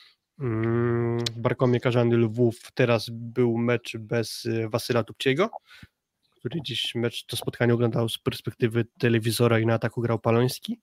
D: Um, w Barkomie Karzany Lwów teraz był mecz bez y, Wasyla Tupciego, który dziś mecz, to spotkanie oglądał z perspektywy telewizora i na ataku grał Paloński.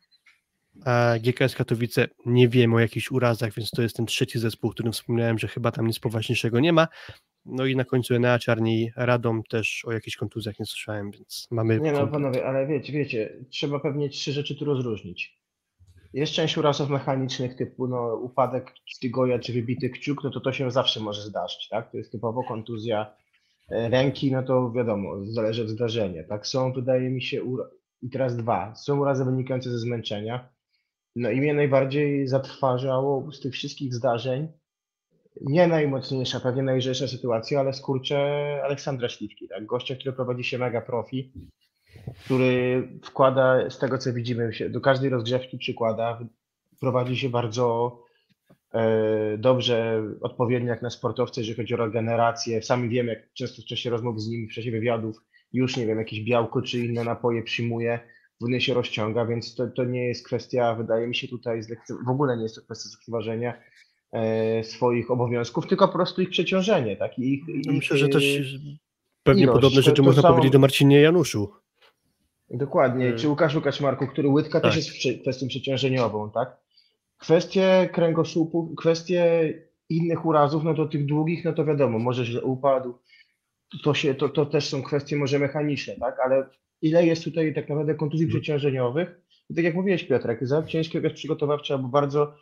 D: A G K S Katowice nie wiem o jakichś urazach, więc to jest ten trzeci zespół, o którym wspomniałem, że chyba tam nic poważniejszego nie ma. No i na końcu Enea Czarni Radom też o jakichś kontuzjach nie słyszałem, więc mamy...
E: Nie no
D: komplet.
E: panowie, ale wiecie, wiecie, trzeba pewnie trzy rzeczy tu rozróżnić. Jest część urazów mechanicznych typu no, upadek tygoja czy wybity kciuk, no to to się zawsze może zdarzyć, tak? To jest typowo kontuzja e, ręki, no to wiadomo, zależy od zdarzenia, tak? Są, wydaje mi się, ura... i teraz dwa, są urazy wynikające ze zmęczenia, no i mnie najbardziej zatrważało z tych wszystkich zdarzeń, nie najmocniejsza, pewnie najlżejsza sytuacja, ale skurcze Aleksandra Śliwki, tak? Gościa, który prowadzi się mega profi, który wkłada, z tego co widzimy, się do każdej rozgrzewki przykłada, prowadzi się bardzo e, dobrze, odpowiednio jak na sportowca, jeżeli chodzi o regenerację. Sami wiemy, jak często w czasie rozmów z nim, w czasie wywiadów, już nie wiem, jakieś białko czy inne napoje przyjmuje, w się rozciąga, więc to, to nie jest kwestia, wydaje mi się tutaj, zlekce- w ogóle nie jest to kwestia zlekceważenia e, swoich obowiązków, tylko po prostu ich przeciążenie, tak? I ich, ich,
D: Myślę, że też
E: e,
D: pewnie
E: ilość.
D: podobne
E: To-
D: rzeczy
E: to
D: można
E: samo-
D: powiedzieć do Marcinie Januszu.
E: Dokładnie. Czy Łukaszu Kaczmarku, który łydka
D: Tak.
E: też jest prze- kwestią przeciążeniową, tak? Kwestie kręgosłupu, kwestie innych urazów, no to tych długich, no to wiadomo, może źle upadł, to, się, to, to też są kwestie może mechaniczne, tak? Ale ile jest tutaj tak naprawdę kontuzji przeciążeniowych? I tak jak mówiłeś, Piotrek, za ciężki okres przygotowawczy albo bardzo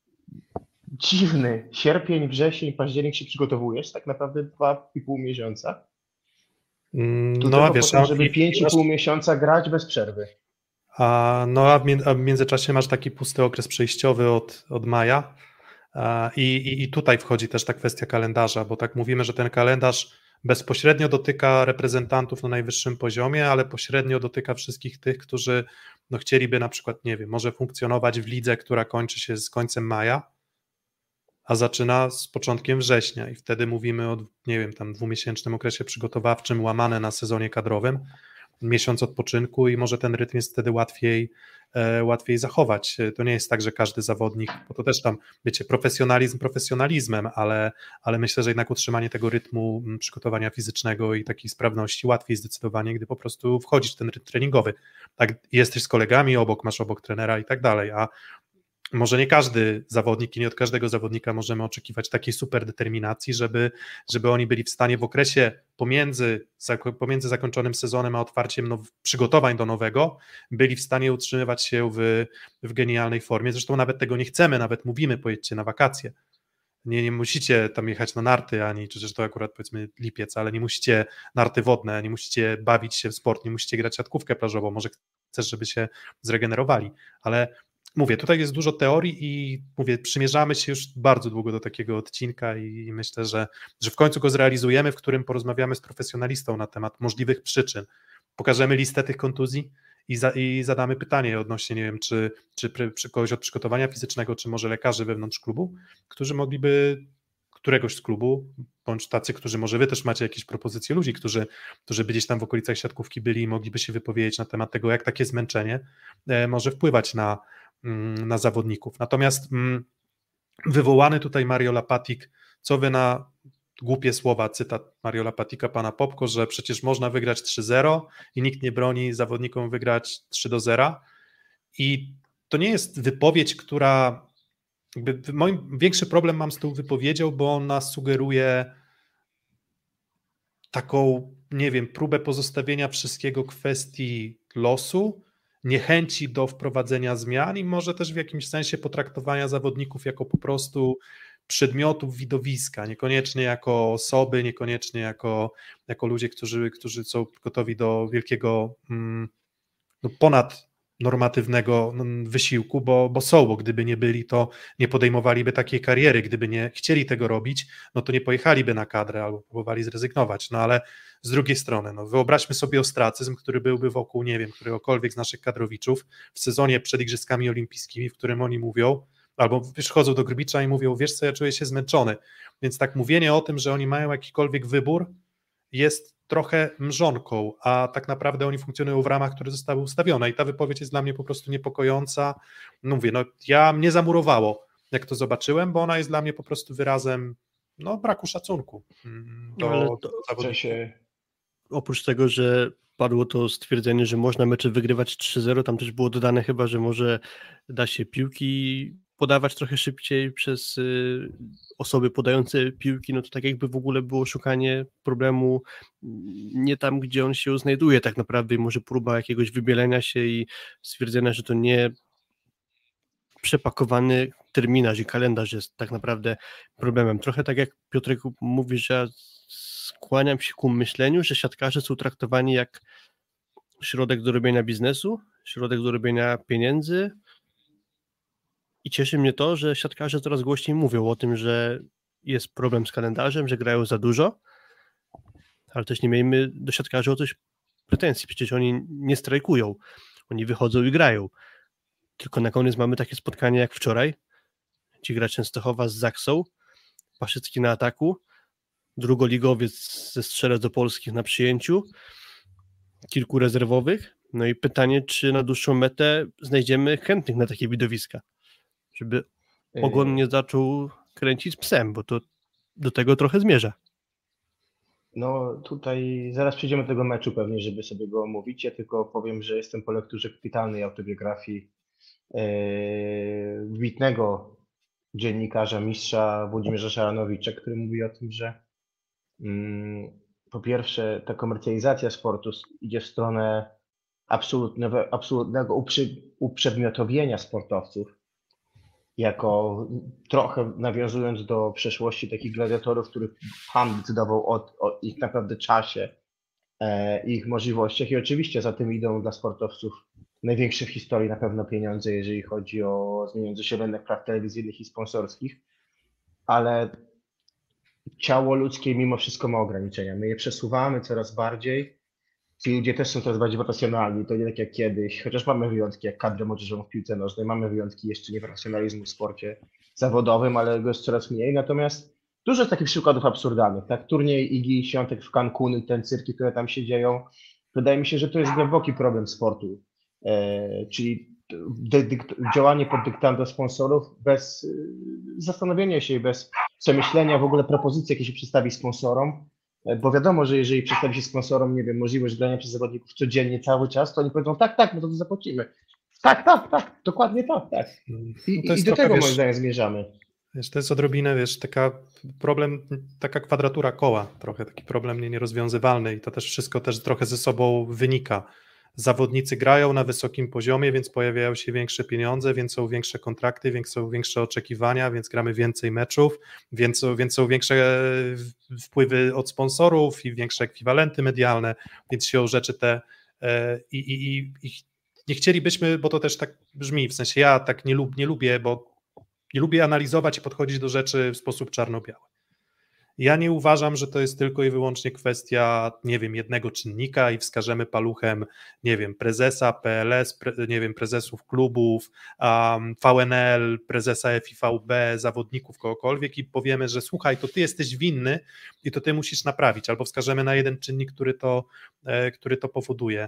E: dziwny sierpień, wrzesień, październik się przygotowujesz, tak naprawdę dwa i pół miesiąca.
C: Mm,
E: Tu
C: No
E: tylko
C: a
E: po
C: wiesz,
E: to,
C: a,
E: żeby
C: i-
E: pięć i pół miesiąca grać bez przerwy.
C: a, no a w, mię- a w międzyczasie masz taki pusty okres przejściowy od, od maja a, i, i, i tutaj wchodzi też ta kwestia kalendarza, bo tak mówimy, że ten kalendarz bezpośrednio dotyka reprezentantów na najwyższym poziomie, ale pośrednio dotyka wszystkich tych, którzy no, chcieliby na przykład, nie wiem, może funkcjonować w lidze, która kończy się z końcem maja, a zaczyna z początkiem września i wtedy mówimy o, nie wiem, tam dwumiesięcznym okresie przygotowawczym łamane na sezonie kadrowym, miesiąc odpoczynku i może ten rytm jest wtedy łatwiej, e, łatwiej zachować. To nie jest tak, że każdy zawodnik, bo to też tam, wiecie, profesjonalizm profesjonalizmem, ale, ale myślę, że jednak utrzymanie tego rytmu m, przygotowania fizycznego i takiej sprawności łatwiej zdecydowanie, gdy po prostu wchodzisz w ten rytm treningowy. Tak, jesteś z kolegami obok, masz obok trenera i tak dalej, a może nie każdy zawodnik i nie od każdego zawodnika możemy oczekiwać takiej super determinacji, żeby, żeby oni byli w stanie w okresie pomiędzy, pomiędzy zakończonym sezonem a otwarciem now, przygotowań do nowego, byli w stanie utrzymywać się w, w genialnej formie. Zresztą nawet tego nie chcemy, nawet mówimy, pojedźcie na wakacje. Nie, nie musicie tam jechać na narty, ani, przecież to akurat powiedzmy lipiec, ale nie musicie narty wodne, nie musicie bawić się w sport, nie musicie grać siatkówkę plażową, może chcesz, żeby się zregenerowali, ale mówię, tutaj jest dużo teorii i mówię, przymierzamy się już bardzo długo do takiego odcinka i myślę, że, że w końcu go zrealizujemy, w którym porozmawiamy z profesjonalistą na temat możliwych przyczyn. Pokażemy listę tych kontuzji i, za, i zadamy pytanie odnośnie, nie wiem, czy, czy przy, przy kogoś od przygotowania fizycznego, czy może lekarzy wewnątrz klubu, którzy mogliby któregoś z klubu, bądź tacy, którzy może wy też macie jakieś propozycje ludzi, którzy, którzy by gdzieś tam w okolicach siatkówki byli i mogliby się wypowiedzieć na temat tego, jak takie zmęczenie e, może wpływać na na zawodników. Natomiast mm, wywołany tutaj Mario Lapatik, co wy na głupie słowa, cytat Mario Lapatika, pana Popko, że przecież można wygrać trzy zero i nikt nie broni zawodnikom wygrać trzy do zera i to nie jest wypowiedź, która jakby moim większy problem mam z tą wypowiedzią, bo ona sugeruje taką, nie wiem, próbę pozostawienia wszystkiego kwestii losu, niechęci do wprowadzenia zmian i może też w jakimś sensie potraktowania zawodników jako po prostu przedmiotów widowiska, niekoniecznie jako osoby, niekoniecznie jako, jako ludzie, którzy, którzy są gotowi do wielkiego, no ponad normatywnego wysiłku, bo, bo są, bo gdyby nie byli, to nie podejmowaliby takiej kariery, gdyby nie chcieli tego robić, no to nie pojechaliby na kadrę albo próbowali zrezygnować, no ale z drugiej strony, no wyobraźmy sobie ostracyzm, który byłby wokół, nie wiem, któregokolwiek z naszych kadrowiczów w sezonie przed Igrzyskami Olimpijskimi, w którym oni mówią, albo przychodzą do Grbicza i mówią, wiesz co, ja czuję się zmęczony, więc tak mówienie o tym, że oni mają jakikolwiek wybór jest trochę mrzonką, a tak naprawdę oni funkcjonują w ramach, które zostały ustawione i ta wypowiedź jest dla mnie po prostu niepokojąca. No mówię, no ja mnie zamurowało, jak to zobaczyłem, bo ona jest dla mnie po prostu wyrazem no, braku szacunku do,
D: Ale
C: do
D: to
C: zawodników.
E: Się...
D: Oprócz tego, że padło to stwierdzenie, że można mecze wygrywać trzy zero, tam też było dodane chyba, że może da się piłki podawać trochę szybciej przez y, osoby podające piłki, no to tak jakby w ogóle było szukanie problemu nie tam, gdzie on się znajduje tak naprawdę i może próba jakiegoś wybielenia się i stwierdzenia, że to nie przepakowany terminarz i kalendarz jest tak naprawdę problemem. Trochę tak jak Piotrek mówi, że ja skłaniam się ku myśleniu, że siatkarze są traktowani jak środek do robienia biznesu, środek do robienia pieniędzy i cieszy mnie to, że siatkarze coraz głośniej mówią o tym, że jest problem z kalendarzem, że grają za dużo, ale też nie miejmy do siatkarzy o coś pretensji, przecież oni nie strajkują, oni wychodzą i grają, tylko na koniec mamy takie spotkanie jak wczoraj, ci gra Częstochowa z Zaksą, Paszycki na ataku, drugoligowiec ze Strzelec do Polskich na przyjęciu, kilku rezerwowych, no i pytanie, czy na dłuższą metę znajdziemy chętnych na takie widowiska, żeby ogon nie zaczął kręcić psem, bo to do tego trochę zmierza.
E: No tutaj zaraz przejdziemy do tego meczu pewnie, żeby sobie go omówić. Ja tylko powiem, że jestem po lekturze kapitalnej autobiografii yy, wybitnego dziennikarza, mistrza Włodzimierza Szaranowicza, który mówi o tym, że mm, po pierwsze ta komercjalizacja sportu idzie w stronę absolutnego, absolutnego uprzy, uprzedmiotowienia sportowców, jako trochę nawiązując do przeszłości takich gladiatorów, których Pan decydował o, o ich naprawdę czasie, e, ich możliwościach i oczywiście za tym idą dla sportowców największe w historii na pewno pieniądze, jeżeli chodzi o zmieniający się rynek praw telewizyjnych i sponsorskich, ale ciało ludzkie mimo wszystko ma ograniczenia. My je przesuwamy coraz bardziej. Ci ludzie też są coraz bardziej profesjonalni, to nie tak jak kiedyś, chociaż mamy wyjątki jak kadrę młodzieżową w piłce nożnej, mamy wyjątki jeszcze nieprofesjonalizmu w sporcie zawodowym, ale go jest coraz mniej. Natomiast dużo jest takich przykładów absurdalnych, tak? Turniej Igi Świątek w Cancun i ten cyrki, które tam się dzieją. Wydaje mi się, że to jest głęboki problem sportu, e, czyli działanie pod dyktando sponsorów bez zastanowienia się, bez przemyślenia w ogóle propozycji, jakie się przedstawi sponsorom. Bo wiadomo, że jeżeli przedstawi się sponsorom, nie wiem, możliwość grania przez zawodników codziennie, cały czas, to oni powiedzą, tak, tak, no to, to zapłacimy. Tak, tak, tak, dokładnie tak, tak. I,
C: no
E: i do
C: trochę,
E: tego
C: wiesz,
E: moim zdaniem zmierzamy.
C: Wiesz, to jest odrobinę, wiesz, taka problem, taka kwadratura koła, trochę taki problem nie, nierozwiązywalny i to też wszystko też trochę ze sobą wynika. Zawodnicy grają na wysokim poziomie, więc pojawiają się większe pieniądze, więc są większe kontrakty, więc są większe oczekiwania, więc gramy więcej meczów, więc, więc są większe wpływy od sponsorów i większe ekwiwalenty medialne, więc się rzeczy te i, i, i, i nie chcielibyśmy, bo to też tak brzmi, w sensie ja tak nie, lub, nie lubię, bo nie lubię analizować i podchodzić do rzeczy w sposób czarno-biały. Ja nie uważam, że to jest tylko i wyłącznie kwestia, nie wiem, jednego czynnika i wskażemy paluchem, nie wiem, prezesa P L S, pre, nie wiem, prezesów klubów, um, V N L, prezesa F I V B, zawodników, kogokolwiek i powiemy, że słuchaj, to ty jesteś winny i to ty musisz naprawić, albo wskażemy na jeden czynnik, który to, e, który to powoduje.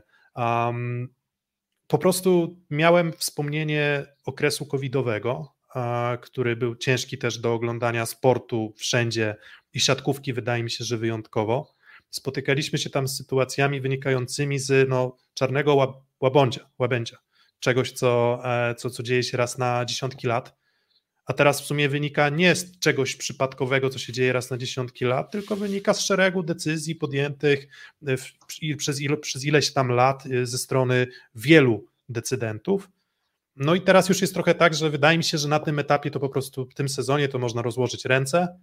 C: Um, po prostu miałem wspomnienie okresu covidowego, który był ciężki też do oglądania sportu wszędzie i siatkówki wydaje mi się, że wyjątkowo. Spotykaliśmy się tam z sytuacjami wynikającymi z no, czarnego łab, łabędzia, łabędzia, czegoś, co, co, co dzieje się raz na dziesiątki lat, a teraz w sumie wynika nie z czegoś przypadkowego, co się dzieje raz na dziesiątki lat, tylko wynika z szeregu decyzji podjętych w, przez, ile, przez ileś tam lat ze strony wielu decydentów. No i teraz już jest trochę tak, że wydaje mi się, że na tym etapie to po prostu w tym sezonie to można rozłożyć ręce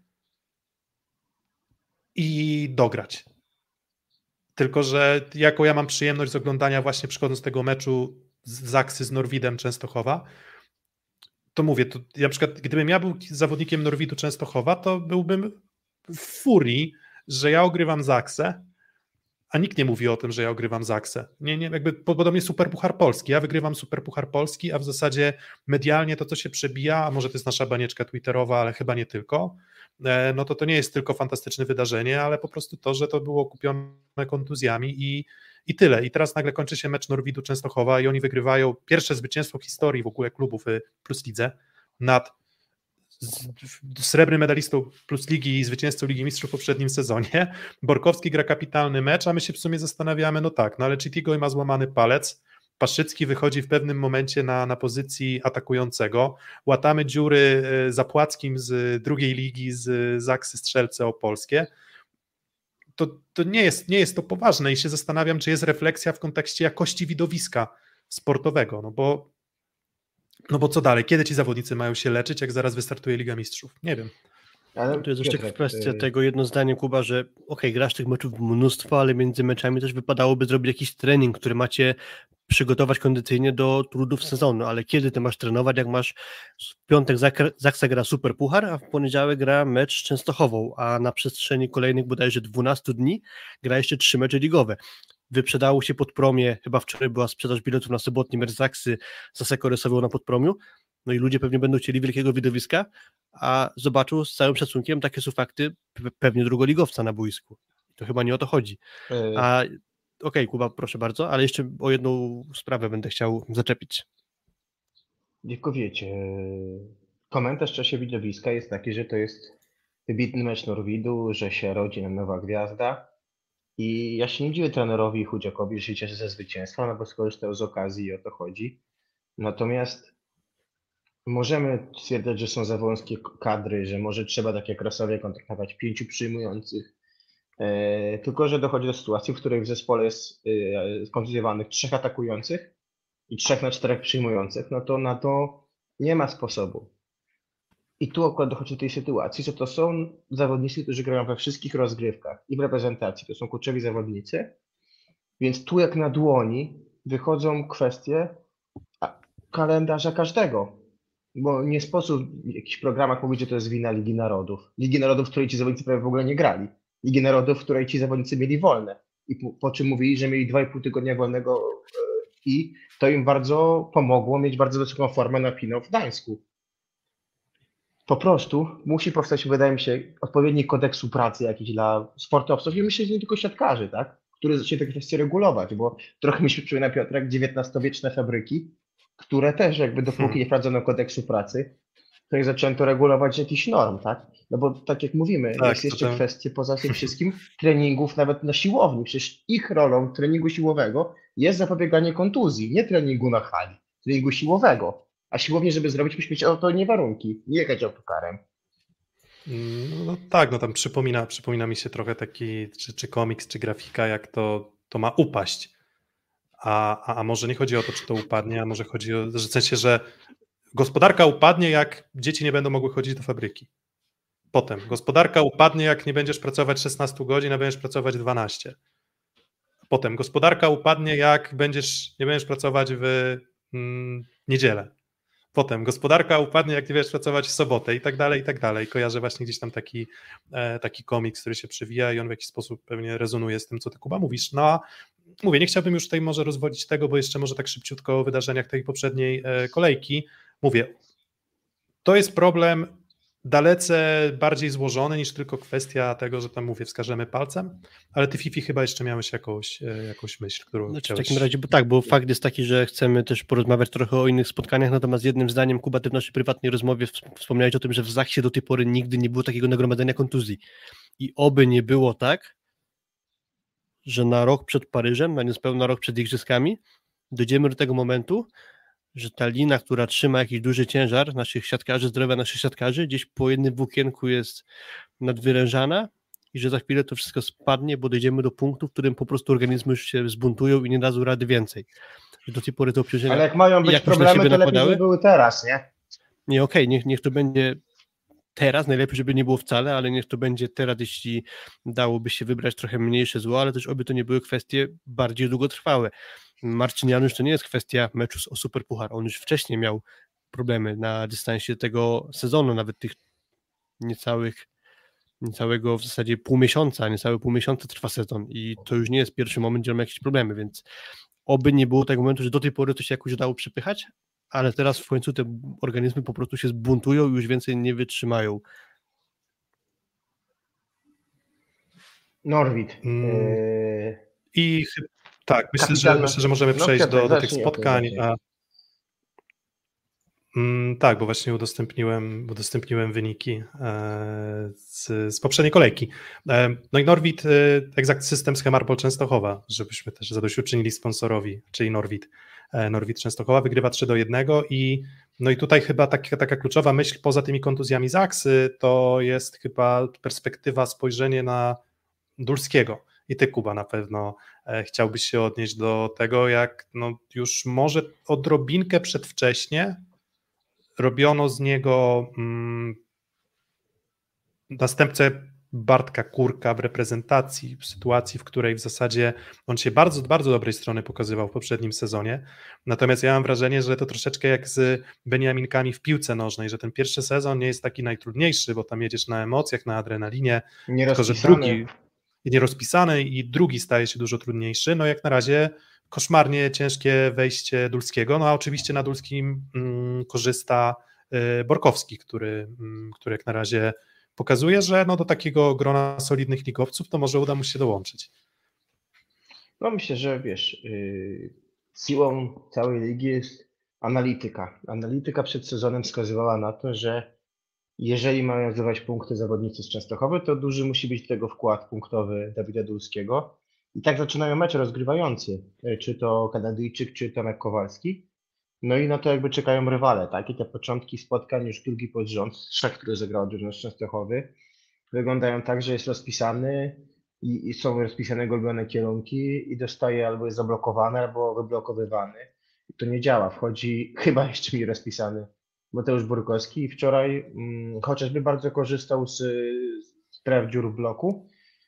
C: i dograć. Tylko że jako ja mam przyjemność z oglądania właśnie przychodząc z tego meczu z Zaksy z Norwidem Częstochowa, to mówię, to ja na przykład gdybym ja był zawodnikiem Norwidu Częstochowa, to byłbym w furii, że ja ogrywam Zaksę, a nikt nie mówi o tym, że ja ogrywam Zaksę. Nie, nie, jakby podobnie Superpuchar Polski. Ja wygrywam Superpuchar Polski, a w zasadzie medialnie to, co się przebija, a może to jest nasza banieczka twitterowa, ale chyba nie tylko, no to to nie jest tylko fantastyczne wydarzenie, ale po prostu to, że to było kupione kontuzjami i, i tyle. I teraz nagle kończy się mecz Norwidu Częstochowa i oni wygrywają pierwsze zwycięstwo w historii w ogóle klubów Plus Lidze nad srebrnym medalistą Plus Ligi i zwycięzcą Ligi Mistrzów w poprzednim sezonie. Borkowski gra kapitalny mecz, a my się w sumie zastanawiamy, no tak, no ale Chitigoy ma złamany palec, Paszycki wychodzi w pewnym momencie na, na pozycji atakującego, łatamy dziury za Płackim z drugiej ligi z Zaksy Strzelce Opolskie. To, to nie jest, nie jest to poważne i się zastanawiam, czy jest refleksja w kontekście jakości widowiska sportowego, no bo No bo co dalej? Kiedy ci zawodnicy mają się leczyć, jak zaraz wystartuje Liga Mistrzów? Nie wiem.
E: Ale
D: To jest jeszcze
E: Piotrek,
D: kwestia
E: y,
D: tego jedno zdanie, Kuba, że okej, okay, grasz tych meczów mnóstwo, ale między meczami też wypadałoby zrobić jakiś trening, który macie przygotować kondycyjnie do trudów sezonu, ale kiedy ty masz trenować, jak masz w piątek Zaksa gra Super Puchar, a w poniedziałek gra mecz z Częstochową, a na przestrzeni kolejnych bodajże dwunastu dni gra jeszcze trzy mecze ligowe. Wyprzedało się Podpromie, chyba wczoraj była sprzedaż biletów na sobotni mecz Zaksy za Sekoresową na Podpromiu, no i ludzie pewnie będą chcieli wielkiego widowiska, a zobaczył z całym szacunkiem, takie są fakty, pewnie drugoligowca na boisku. To chyba nie o to chodzi.
E: y,
D: A okej, okay, Kuba, proszę bardzo, ale jeszcze o jedną sprawę będę chciał zaczepić.
E: Tylko wiecie, komentarz w czasie widowiska jest taki, że to jest wybitny mecz Norwidu, że się rodzi nam nowa gwiazda i ja się nie dziwię trenerowi i Chudziakowi, że się cieszy ze zwycięstwa, no bo skorzystał z okazji i o to chodzi. Natomiast możemy stwierdzać, że są za wąskie kadry, że może trzeba tak jak Rasowie kontraktować pięciu przyjmujących, e, tylko że dochodzi do sytuacji, w której w zespole jest e, skontuzjowanych trzech atakujących i trzech na czterech przyjmujących, no to na to nie ma sposobu. I tu akurat dochodzi do tej sytuacji, że to są zawodnicy, którzy grają we wszystkich rozgrywkach i w reprezentacji, to są kluczowi zawodnicy, więc tu jak na dłoni wychodzą kwestie kalendarza każdego, bo nie sposób w jakichś programach mówić, że to jest wina Ligi Narodów. Ligi Narodów, w której ci zawodnicy prawie w ogóle nie grali. Ligi Narodów, w której ci zawodnicy mieli wolne i po, po czym mówili, że mieli dwa i pół tygodnia wolnego i to im bardzo pomogło mieć bardzo wysoką formę na finał w Gdańsku. Po prostu musi powstać, wydaje mi się, odpowiedni kodeksu pracy jakiś dla sportowców i myślę, że nie tylko siatkarzy, tak? Który zacznie te kwestie regulować, bo trochę mi się przypomina, Piotrek, dziewiętnastowieczne fabryki, które też jakby dopóki hmm. nie wprowadzono kodeksu pracy, to nie zaczęto regulować jakichś norm, tak? No bo tak jak mówimy,
C: tak,
E: jest jeszcze
C: ten...
E: kwestie poza tym wszystkim treningów nawet na siłowni. Przecież ich rolą treningu siłowego jest zapobieganie kontuzji, nie treningu na hali, treningu siłowego. A siłownie, żeby zrobić, musi mieć odpowiednie warunki, nie jechać autokarem.
C: No tak, no tam przypomina, przypomina mi się trochę taki, czy, czy komiks, czy grafika, jak to, to ma upaść. A, a, a może nie chodzi o to, czy to upadnie, a może chodzi o, że w sensie, że gospodarka upadnie, jak dzieci nie będą mogły chodzić do fabryki. Potem gospodarka upadnie, jak nie będziesz pracować szesnaście godzin, a będziesz pracować dwanaście. Potem gospodarka upadnie, jak będziesz, nie będziesz pracować w mm, niedzielę. Potem gospodarka upadnie, jak nie będziesz pracować w sobotę i tak dalej, i tak dalej. Kojarzę właśnie gdzieś tam taki, e, taki komiks, który się przewija i on w jakiś sposób pewnie rezonuje z tym, co ty, Kuba, mówisz. No a mówię, nie chciałbym już tutaj może rozwodzić tego, bo jeszcze może tak szybciutko o wydarzeniach tej poprzedniej e, kolejki. Mówię, to jest problem dalece bardziej złożony niż tylko kwestia tego, że tam mówię, wskażemy palcem, ale ty, Fifi, chyba jeszcze miałeś jakąś, jakąś myśl, którą
D: znaczy,
C: chciałeś...
D: W takim razie, bo tak, bo fakt jest taki, że chcemy też porozmawiać trochę o innych spotkaniach, natomiast jednym zdaniem, Kuba, ty w naszej prywatnej rozmowie wspomniałeś o tym, że w Zaksie do tej pory nigdy nie było takiego nagromadzenia kontuzji i oby nie było tak, że na rok przed Paryżem, na niespełna rok przed Igrzyskami dojdziemy do tego momentu, że ta lina, która trzyma jakiś duży ciężar naszych siatkarzy, zdrowia naszych siatkarzy, gdzieś po jednym włókienku jest nadwyrężana i że za chwilę to wszystko spadnie, bo dojdziemy do punktu, w którym po prostu organizmy już się zbuntują i nie dadzą rady więcej. Że do tej pory to obciążenia...
E: Ale jak mają być problemy, to lepiej, żeby były teraz, nie?
D: Nie, okej, okay, niech, niech to będzie teraz, najlepiej, żeby nie było wcale, ale niech to będzie teraz, jeśli dałoby się wybrać trochę mniejsze zło, ale też oby to nie były kwestie bardziej długotrwałe. Marcin Janusz to nie jest kwestia meczu o Super Puchar, on już wcześniej miał problemy na dystansie tego sezonu, nawet tych niecałych, niecałego w zasadzie pół miesiąca, niecałe pół miesiąca trwa sezon i to już nie jest pierwszy moment, gdzie mamy jakieś problemy, więc oby nie było tego momentu, że do tej pory to się jakoś udało przepychać, ale teraz w końcu te organizmy po prostu się zbuntują i już więcej nie wytrzymają.
E: Norwid.
C: Mm.
E: Yy...
C: I tak, myślę, że, myślę, że możemy przejść no, do, do tych spotkań. A, mm, tak, bo właśnie udostępniłem, udostępniłem wyniki e, z, z poprzedniej kolejki. E, no i Norwid, e, Exact System z Chemarpol Częstochowa, żebyśmy też zadośćuczynili sponsorowi, czyli Norwid. E, Norwid Częstochowa wygrywa trzy do jednego i no i tutaj chyba taka, taka kluczowa myśl poza tymi kontuzjami Zaksy to jest chyba perspektywa, spojrzenie na Dulskiego. I ty, Kuba, na pewno e, chciałbyś się odnieść do tego, jak no, już może odrobinkę przedwcześnie, robiono z niego mm, następcę Bartka Kurka w reprezentacji, w sytuacji, w której w zasadzie on się bardzo, z bardzo dobrej strony pokazywał w poprzednim sezonie, natomiast ja mam wrażenie, że to troszeczkę jak z Beniaminkami w piłce nożnej, że ten pierwszy sezon nie jest taki najtrudniejszy, bo tam jedziesz na emocjach, na adrenalinie, tylko że drugi nierozpisany i drugi staje się dużo trudniejszy, no jak na razie koszmarnie ciężkie wejście Dulskiego, no a oczywiście na Dulskim mm, korzysta y, Borkowski, który, mm, który jak na razie pokazuje, że no do takiego grona solidnych ligowców to może uda mu się dołączyć.
E: No myślę, że wiesz, yy, siłą całej ligi jest analityka. Analityka przed sezonem wskazywała na to, że jeżeli mają zdobywać punkty zawodnicy z Częstochowy, to duży musi być do tego wkład punktowy Dawida Dulskiego. I tak zaczynają mecze rozgrywający, czy to Kanadyjczyk, czy Tomek Kowalski. No i na to jakby czekają rywale, tak? I te początki spotkań już drugi pod rząd, trzech, które zagrało drużyna z Częstochowy, wyglądają tak, że jest rozpisany i, i są rozpisane ulubione kierunki i dostaje albo jest zablokowany, albo wyblokowywany. I to nie działa. Wchodzi chyba jeszcze mi rozpisany Mateusz Borkowski i wczoraj mm, chociażby bardzo korzystał z, z tref dziur w bloku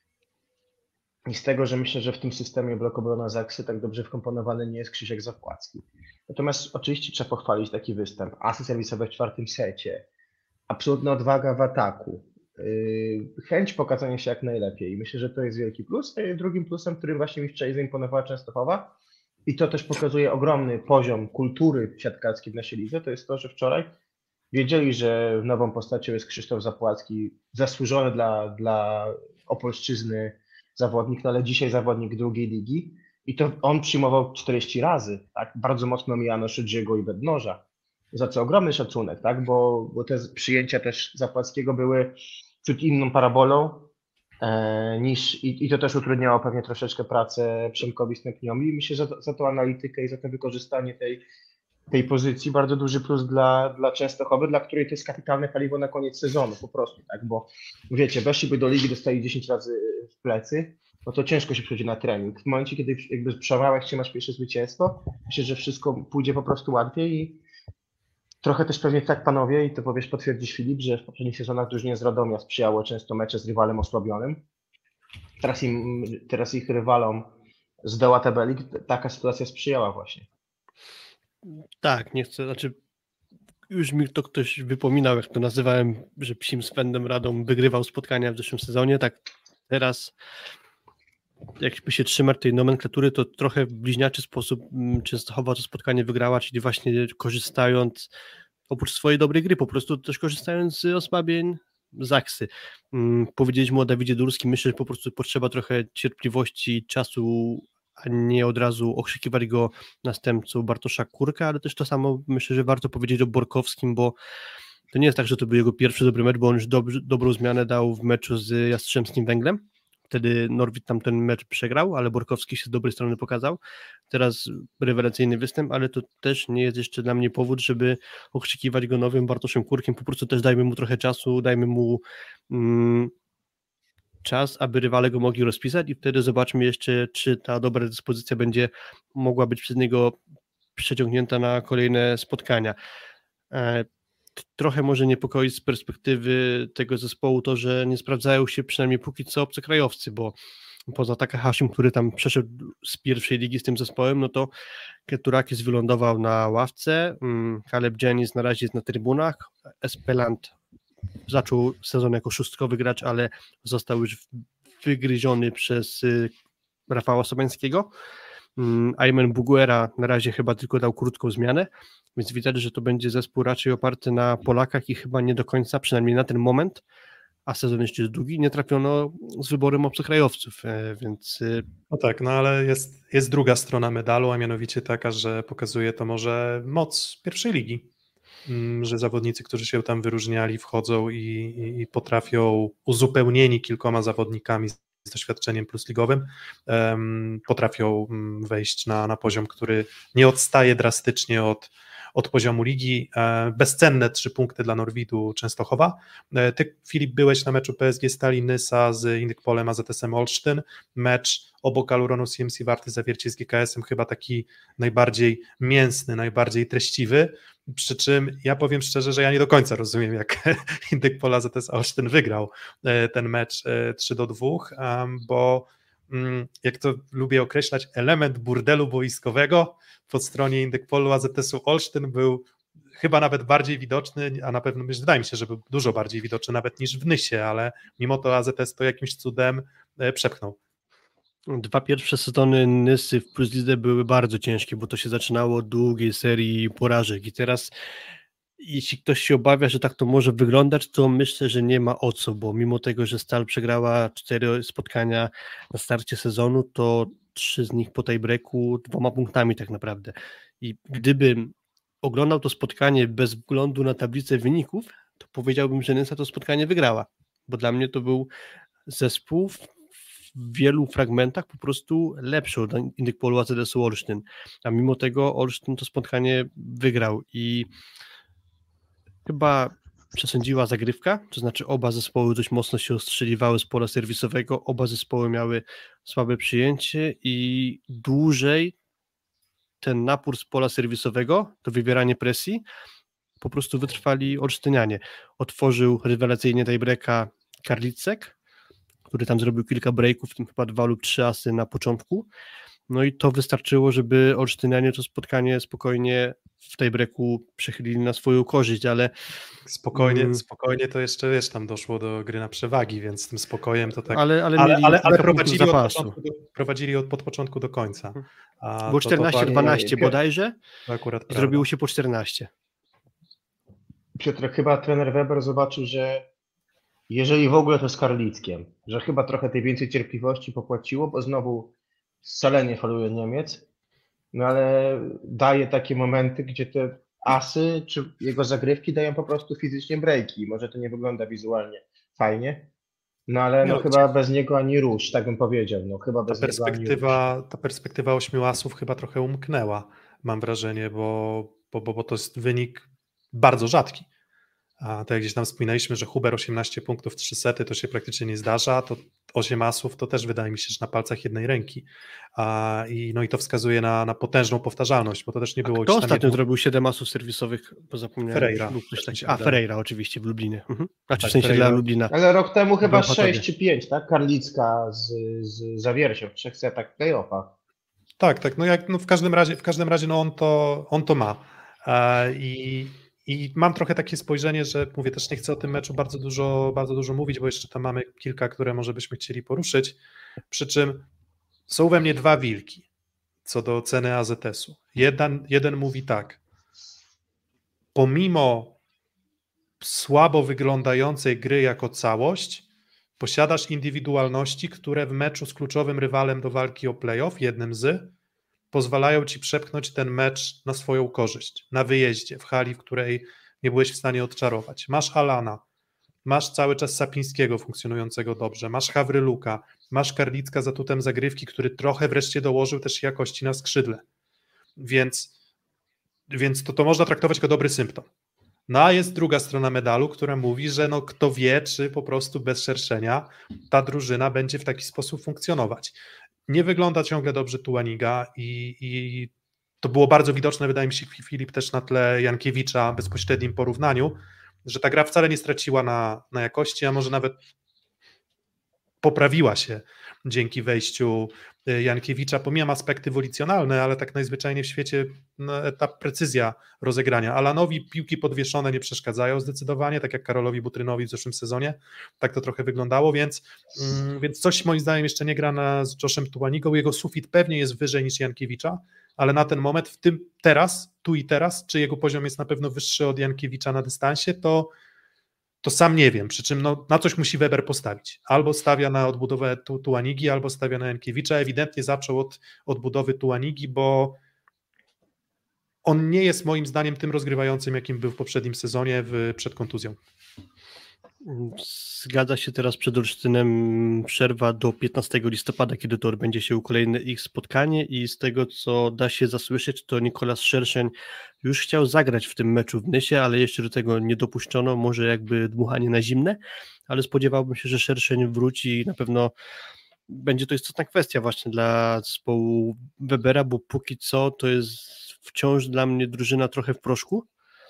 E: i z tego, że myślę, że w tym systemie bloku obrona Zaksy tak dobrze wkomponowany nie jest Krzysiek Zapłacki. Natomiast oczywiście trzeba pochwalić taki występ. Asy serwisowe w czwartym secie, absolutna odwaga w ataku, yy, chęć pokazania się jak najlepiej. I myślę, że to jest wielki plus. Drugim plusem, którym właśnie mi wczoraj zaimponowała Częstochowa, i to też pokazuje ogromny poziom kultury siatkarskiej w naszej lidze, to jest to, że wczoraj wiedzieli, że nową postacią jest Krzysztof Zapłacki, zasłużony dla, dla Opolszczyzny zawodnik, no ale dzisiaj zawodnik drugiej ligi i to on przyjmował czterdzieści razy, tak? Bardzo mocno mijano Szydziego i Bednoża, za co ogromny szacunek, tak? Bo, bo te przyjęcia też Zapłackiego były ciut inną parabolą e, niż i, i to też utrudniało pewnie troszeczkę pracę Przemkowi Stępniowi. Myślę, że za, za tą analitykę i za to wykorzystanie tej, tej pozycji bardzo duży plus dla, dla Częstochowy, dla której to jest kapitalne paliwo na koniec sezonu po prostu, tak? Bo wiecie, weszliby do ligi, dostali dziesięć razy w plecy, no to ciężko się przychodzi na trening. W momencie, kiedy jakby przełamałeś się, masz pierwsze zwycięstwo, myślę, że wszystko pójdzie po prostu łatwiej i trochę też pewnie tak, panowie, i to powiesz, potwierdzisz Filip, że w poprzednich sezonach drużynie z Radomia sprzyjało często mecze z rywalem osłabionym. Teraz, im, teraz ich rywalom z doła tabeli taka sytuacja sprzyjała właśnie.
D: Tak, nie chcę, znaczy już mi to ktoś wypominał, jak to nazywałem, że psim swędem Radom wygrywał spotkania w zeszłym sezonie, tak teraz jakby się trzymać tej nomenklatury, to trochę w bliźniaczy sposób Częstochowa to spotkanie wygrała, czyli właśnie korzystając, oprócz swojej dobrej gry, po prostu też korzystając z osłabień Zaksy. Powiedzieliśmy o Dawidzie Dulskim, myślę, że po prostu potrzeba trochę cierpliwości, czasu, a nie od razu okrzykiwać go następcą Bartosza Kurka, ale też to samo myślę, że warto powiedzieć o Borkowskim, bo to nie jest tak, że to był jego pierwszy dobry mecz, bo on już dobrze, dobrą zmianę dał w meczu z Jastrzębskim Węglem. Wtedy Norwid tam ten mecz przegrał, ale Borkowski się z dobrej strony pokazał. Teraz rewelacyjny występ, ale to też nie jest jeszcze dla mnie powód, żeby okrzykiwać go nowym Bartoszem Kurkiem. Po prostu też dajmy mu trochę czasu, dajmy mu mm, czas, aby rywale go mogli rozpisać i wtedy zobaczmy jeszcze, czy ta dobra dyspozycja będzie mogła być przez niego przeciągnięta na kolejne spotkania. E, Trochę może niepokoić z perspektywy tego zespołu to, że nie sprawdzają się przynajmniej póki co obcokrajowcy, bo poza Takahashim, który tam przeszedł z pierwszej ligi z tym zespołem, no to Keturakis wylądował na ławce, Caleb Jennings na razie jest na trybunach, Espeland zaczął sezon jako szóstkowy gracz, ale został już wygryziony przez Rafała Sobańskiego. Ayman Buguera na razie chyba tylko dał krótką zmianę, więc widać, że to będzie zespół raczej oparty na Polakach i chyba nie do końca, przynajmniej na ten moment, a sezon jeszcze jest długi, nie trafiono z wyborem obcokrajowców, więc...
C: No tak, no ale jest, jest druga strona medalu, a mianowicie taka, że pokazuje to może moc pierwszej ligi, że zawodnicy, którzy się tam wyróżniali, wchodzą i, i, i potrafią uzupełnieni kilkoma zawodnikami z doświadczeniem plusligowym, um, potrafią wejść na, na poziom, który nie odstaje drastycznie od, od poziomu ligi. E, bezcenne trzy punkty dla Norwidu Częstochowa. E, ty, Filip, byłeś na meczu P S G Stali Nysa z Indykpolem A Z S M Olsztyn. Mecz obok Aluronu C M C Warty Zawiercie z G K S-em chyba taki najbardziej mięsny, najbardziej treściwy. Przy czym ja powiem szczerze, że ja nie do końca rozumiem, jak Indykpol A Z S Olsztyn wygrał ten mecz trzy do dwóch, bo jak to lubię określać, element burdelu boiskowego po stronie Indykpolu A Z S-u Olsztyn był chyba nawet bardziej widoczny, a na pewno wydaje mi się, że był dużo bardziej widoczny nawet niż w Nysie, ale mimo to A Z S to jakimś cudem przepchnął.
D: Dwa pierwsze sezony Nysy w Plus Lidze były bardzo ciężkie, bo to się zaczynało od długiej serii porażek i teraz jeśli ktoś się obawia, że tak to może wyglądać, to myślę, że nie ma o co, bo mimo tego, że Stal przegrała cztery spotkania na starcie sezonu, to trzy z nich po tiebreaku dwoma punktami tak naprawdę. I gdybym oglądał to spotkanie bez względu na tablicę wyników, to powiedziałbym, że Nysa to spotkanie wygrała, bo dla mnie to był zespół w wielu fragmentach po prostu lepszy od Indykpolu A Z S-u Olsztyn, a mimo tego Olsztyn to spotkanie wygrał i chyba przesądziła zagrywka, to znaczy oba zespoły dość mocno się ostrzeliwały z pola serwisowego, oba zespoły miały słabe przyjęcie i dłużej ten napór z pola serwisowego, to wywieranie presji, po prostu wytrwali Olsztynianie. Otworzył rewelacyjnie tiebreaka Karlicek, który tam zrobił kilka breaków, w tym chyba dwa lub trzy asy na początku, no i to wystarczyło, żeby Olsztynianie to spotkanie spokojnie w tiebreaku przechylili na swoją korzyść, ale
C: Spokojnie,
D: mm,
C: spokojnie to jeszcze, wiesz, tam doszło do gry na przewagi, więc z tym spokojem to tak...
D: ale, ale,
C: ale,
D: mieli
C: ale, ale
D: kilka punktów
C: prowadzili, od
D: zapasu.
C: początku do, prowadzili od, od początku do końca. A
D: Było
C: to- to-
D: czternaście dwanaście
E: to-
D: bodajże,
C: to akurat prawda.
D: zrobiło się po czternaście.
E: Piotrek, chyba trener Weber zobaczył, że jeżeli w ogóle to z Karlickiem, że chyba trochę tej więcej cierpliwości popłaciło, bo znowu scalenie faluje Niemiec, no ale daje takie momenty, gdzie te asy czy jego zagrywki dają po prostu fizycznie breaki. Może to nie wygląda wizualnie fajnie, no ale no
C: No,
E: chyba bez niego ani rusz, tak bym powiedział. No chyba
C: Ta
E: bez niego ani rusz.
C: perspektywa, ta perspektywa ośmiu asów chyba trochę umknęła, mam wrażenie, bo, bo, bo, bo to jest wynik bardzo rzadki. A tak jak gdzieś tam wspominaliśmy, że Huber osiemnaście punktów, trzy sety, to się praktycznie nie zdarza, to osiem asów to też wydaje mi się, że na palcach jednej ręki. A, i, no i to wskazuje na, na potężną powtarzalność, bo to też nie było...
D: Kto
C: gdzieś tam
D: ostatnio
C: jedno-
D: zrobił siedem asów serwisowych, bo zapomniałem.
C: Ferreira.
D: Lub ktoś
C: Tak mi się
D: taki. A,
C: wydaje.
D: Ferreira oczywiście w Lublinie. Mhm. Znaczy
C: Tak,
D: w sensie
C: Ferreira.
D: dla Lublina.
E: Ale rok temu chyba
D: Był Chatowie.
E: sześć czy pięć, tak? Karlicka z, z Zawierciem w trzech setach play-offa.
C: Tak, tak, no jak no w każdym razie, w każdym razie no on to, on to ma. E, I, I mam trochę takie spojrzenie, że mówię, też nie chcę o tym meczu bardzo dużo, bardzo dużo mówić, bo jeszcze tam mamy kilka, które może byśmy chcieli poruszyć. Przy czym są we mnie dwa wilki co do oceny A Z S-u. Jeden, jeden mówi tak. Pomimo słabo wyglądającej gry jako całość, posiadasz indywidualności, które w meczu z kluczowym rywalem do walki o playoff, jednym z, pozwalają ci przepchnąć ten mecz na swoją korzyść, na wyjeździe, w hali, w której nie byłeś w stanie odczarować. Masz Alana, masz cały czas Sapińskiego funkcjonującego dobrze, masz Hawryluka, masz Karlicka z atutem zagrywki, który trochę wreszcie dołożył też jakości na skrzydle. Więc, więc to, to można traktować jako dobry symptom. No a jest druga strona medalu, która mówi, że no kto wie, czy po prostu bez szerszenia ta drużyna będzie w taki sposób funkcjonować. Nie wygląda ciągle dobrze Tułaniga i, i to było bardzo widoczne, wydaje mi się, Filip, też na tle Jankiewicza w bezpośrednim porównaniu, że ta gra wcale nie straciła na, na jakości, a może nawet poprawiła się dzięki wejściu Jankiewicza. Pomijam aspekty wolicjonalne, ale tak najzwyczajniej w świecie no, ta precyzja rozegrania. Alanowi piłki podwieszone nie przeszkadzają zdecydowanie, tak jak Karolowi Butrynowi w zeszłym sezonie. Tak to trochę wyglądało, więc, mm, więc coś moim zdaniem jeszcze nie gra na, z Joshem Tułanigą. Jego sufit pewnie jest wyżej niż Jankiewicza, ale na ten moment, w tym teraz, tu i teraz, czy jego poziom jest na pewno wyższy od Jankiewicza na dystansie, to to sam nie wiem, przy czym no, na coś musi Weber postawić. Albo stawia na odbudowę tu, Tułanigi, albo stawia na Jankiewicza. Ewidentnie zaczął od odbudowy Tułanigi, bo on nie jest moim zdaniem tym rozgrywającym, jakim był w poprzednim sezonie w, przed kontuzją.
D: Zgadza się, teraz przed Olsztynem przerwa do piętnastego listopada, kiedy to odbędzie się kolejne ich spotkanie i z tego, co da się zasłyszeć, to Nikolas Szerszeń już chciał zagrać w tym meczu w Nysie, ale jeszcze do tego nie dopuszczono, może jakby dmuchanie na zimne, ale spodziewałbym się, że Szerszeń wróci i na pewno będzie to istotna kwestia właśnie dla zespołu Webera, bo póki co to jest wciąż dla mnie drużyna trochę w proszku,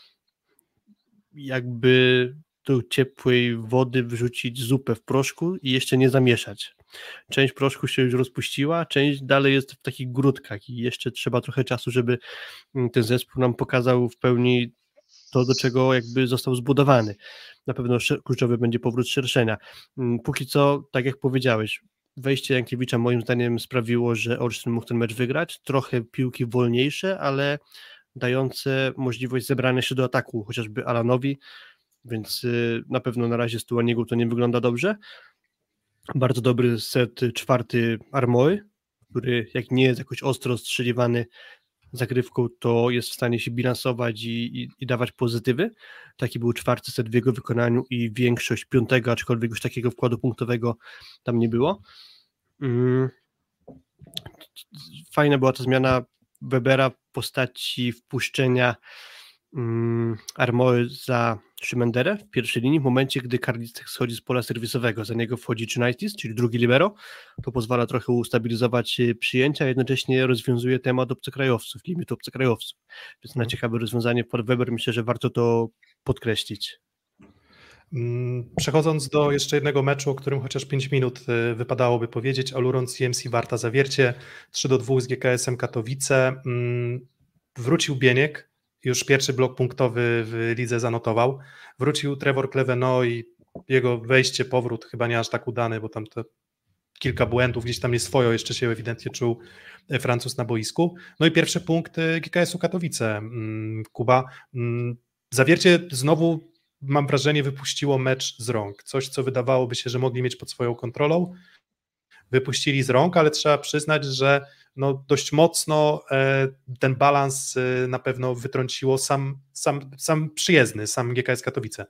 D: jakby do ciepłej wody wrzucić zupę w proszku i jeszcze nie zamieszać. Część proszku się już rozpuściła, część dalej jest w takich grudkach i jeszcze trzeba trochę czasu, żeby ten zespół nam pokazał w pełni to, do czego jakby został zbudowany. Na pewno kluczowy będzie powrót Szerszenia. Póki co, tak jak powiedziałeś, wejście Jankiewicza moim zdaniem sprawiło, że Olsztyn mógł ten mecz wygrać. Trochę piłki wolniejsze, ale dające możliwość zebrania się do ataku, chociażby Alanowi, więc na pewno na razie z Tuaniegu to nie wygląda dobrze. Bardzo dobry set czwarty Armoy, który jak nie jest jakoś ostro strzeliwany zagrywką, to jest w stanie się bilansować i, i, i dawać pozytywy. Taki był czwarty set w jego wykonaniu i większość piątego, aczkolwiek już takiego wkładu punktowego tam nie było. Mm. Fajna była ta zmiana Webera w postaci wpuszczenia um, Armoy za Szymenderę w pierwszej linii, w momencie, gdy Karlicek schodzi z pola serwisowego. Za niego wchodzi Czynajtis, czyli drugi libero. To pozwala trochę ustabilizować przyjęcia, a jednocześnie rozwiązuje temat obcokrajowców, limitu obcokrajowców. Więc na ciekawe rozwiązanie pod Weber, myślę, że warto to podkreślić.
C: Przechodząc do jeszcze jednego meczu, o którym chociaż pięć minut wypadałoby powiedzieć, Aluron C M C Warta Zawiercie, trzy do dwóch z G K S-em Katowice. Wrócił Bieniek, już pierwszy blok punktowy w lidze zanotował. Wrócił Trevor Cleveno i jego wejście, powrót chyba nie aż tak udany, bo tam te kilka błędów, gdzieś tam nie swojo, jeszcze się ewidentnie czuł Francuz na boisku. No i pierwszy punkt G K S-u Katowice, Kuba. Zawiercie znowu, mam wrażenie, wypuściło mecz z rąk. Coś, co wydawałoby się, że mogli mieć pod swoją kontrolą. Wypuścili z rąk, ale trzeba przyznać, że no dość mocno e, ten balans e, na pewno wytrąciło sam, sam, sam przyjezdny, sam G K S Katowice.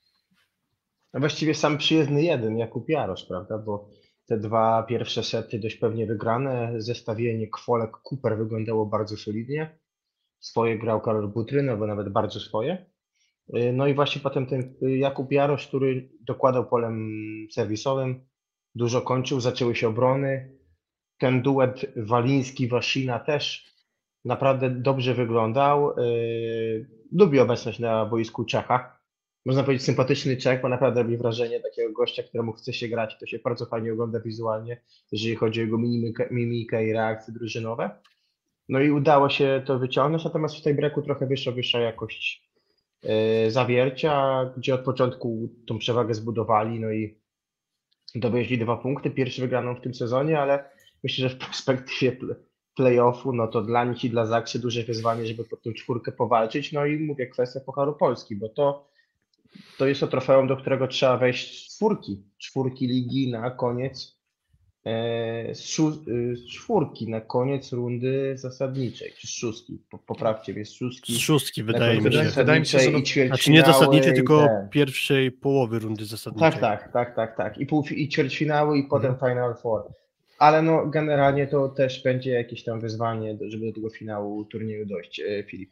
E: No właściwie sam przyjezdny jeden, Jakub Jarosz, prawda, bo te dwa pierwsze sety dość pewnie wygrane, zestawienie Kwolek-Cooper wyglądało bardzo solidnie, swoje grał Karol Butryn, albo nawet bardzo swoje. No i właśnie potem ten Jakub Jarosz, który dokładał polem serwisowym, dużo kończył, zaczęły się obrony. Ten duet Waliński-Wasina też naprawdę dobrze wyglądał. Lubi obecność na boisku Czecha. Można powiedzieć sympatyczny Czech, bo naprawdę robi wrażenie takiego gościa, któremu chce się grać. To się bardzo fajnie ogląda wizualnie, jeżeli chodzi o jego mimikę, mimikę i reakcje drużynowe. No i udało się to wyciągnąć, natomiast w tej breaku trochę wyższa, wyższa jakość Zawiercia, gdzie od początku tą przewagę zbudowali, no i dowieźli dwa punkty, pierwszy wygraną w tym sezonie, ale myślę, że w perspektywie play-offu, no to dla nich i dla Zaksy duże wyzwanie, żeby pod tą czwórkę powalczyć, no i mówię, kwestia Pucharu Polski, bo to, to jest to trofeum, do którego trzeba wejść z czwórki, czwórki ligi na koniec, e, z, szó, z czwórki na koniec rundy zasadniczej, czy z szóstki, poprawcie mnie, z szóstki.
D: Z szóstki wydaje mi się.
C: Wydaje mi się, że no,
D: znaczy nie zasadniczej, tylko pierwszej połowy rundy zasadniczej.
E: Tak, tak, tak, tak, tak. I, pół, i ćwierćfinały, i potem mhm. Final Four. Ale no generalnie to też będzie jakieś tam wyzwanie, żeby do tego finału turnieju dojść. Filip.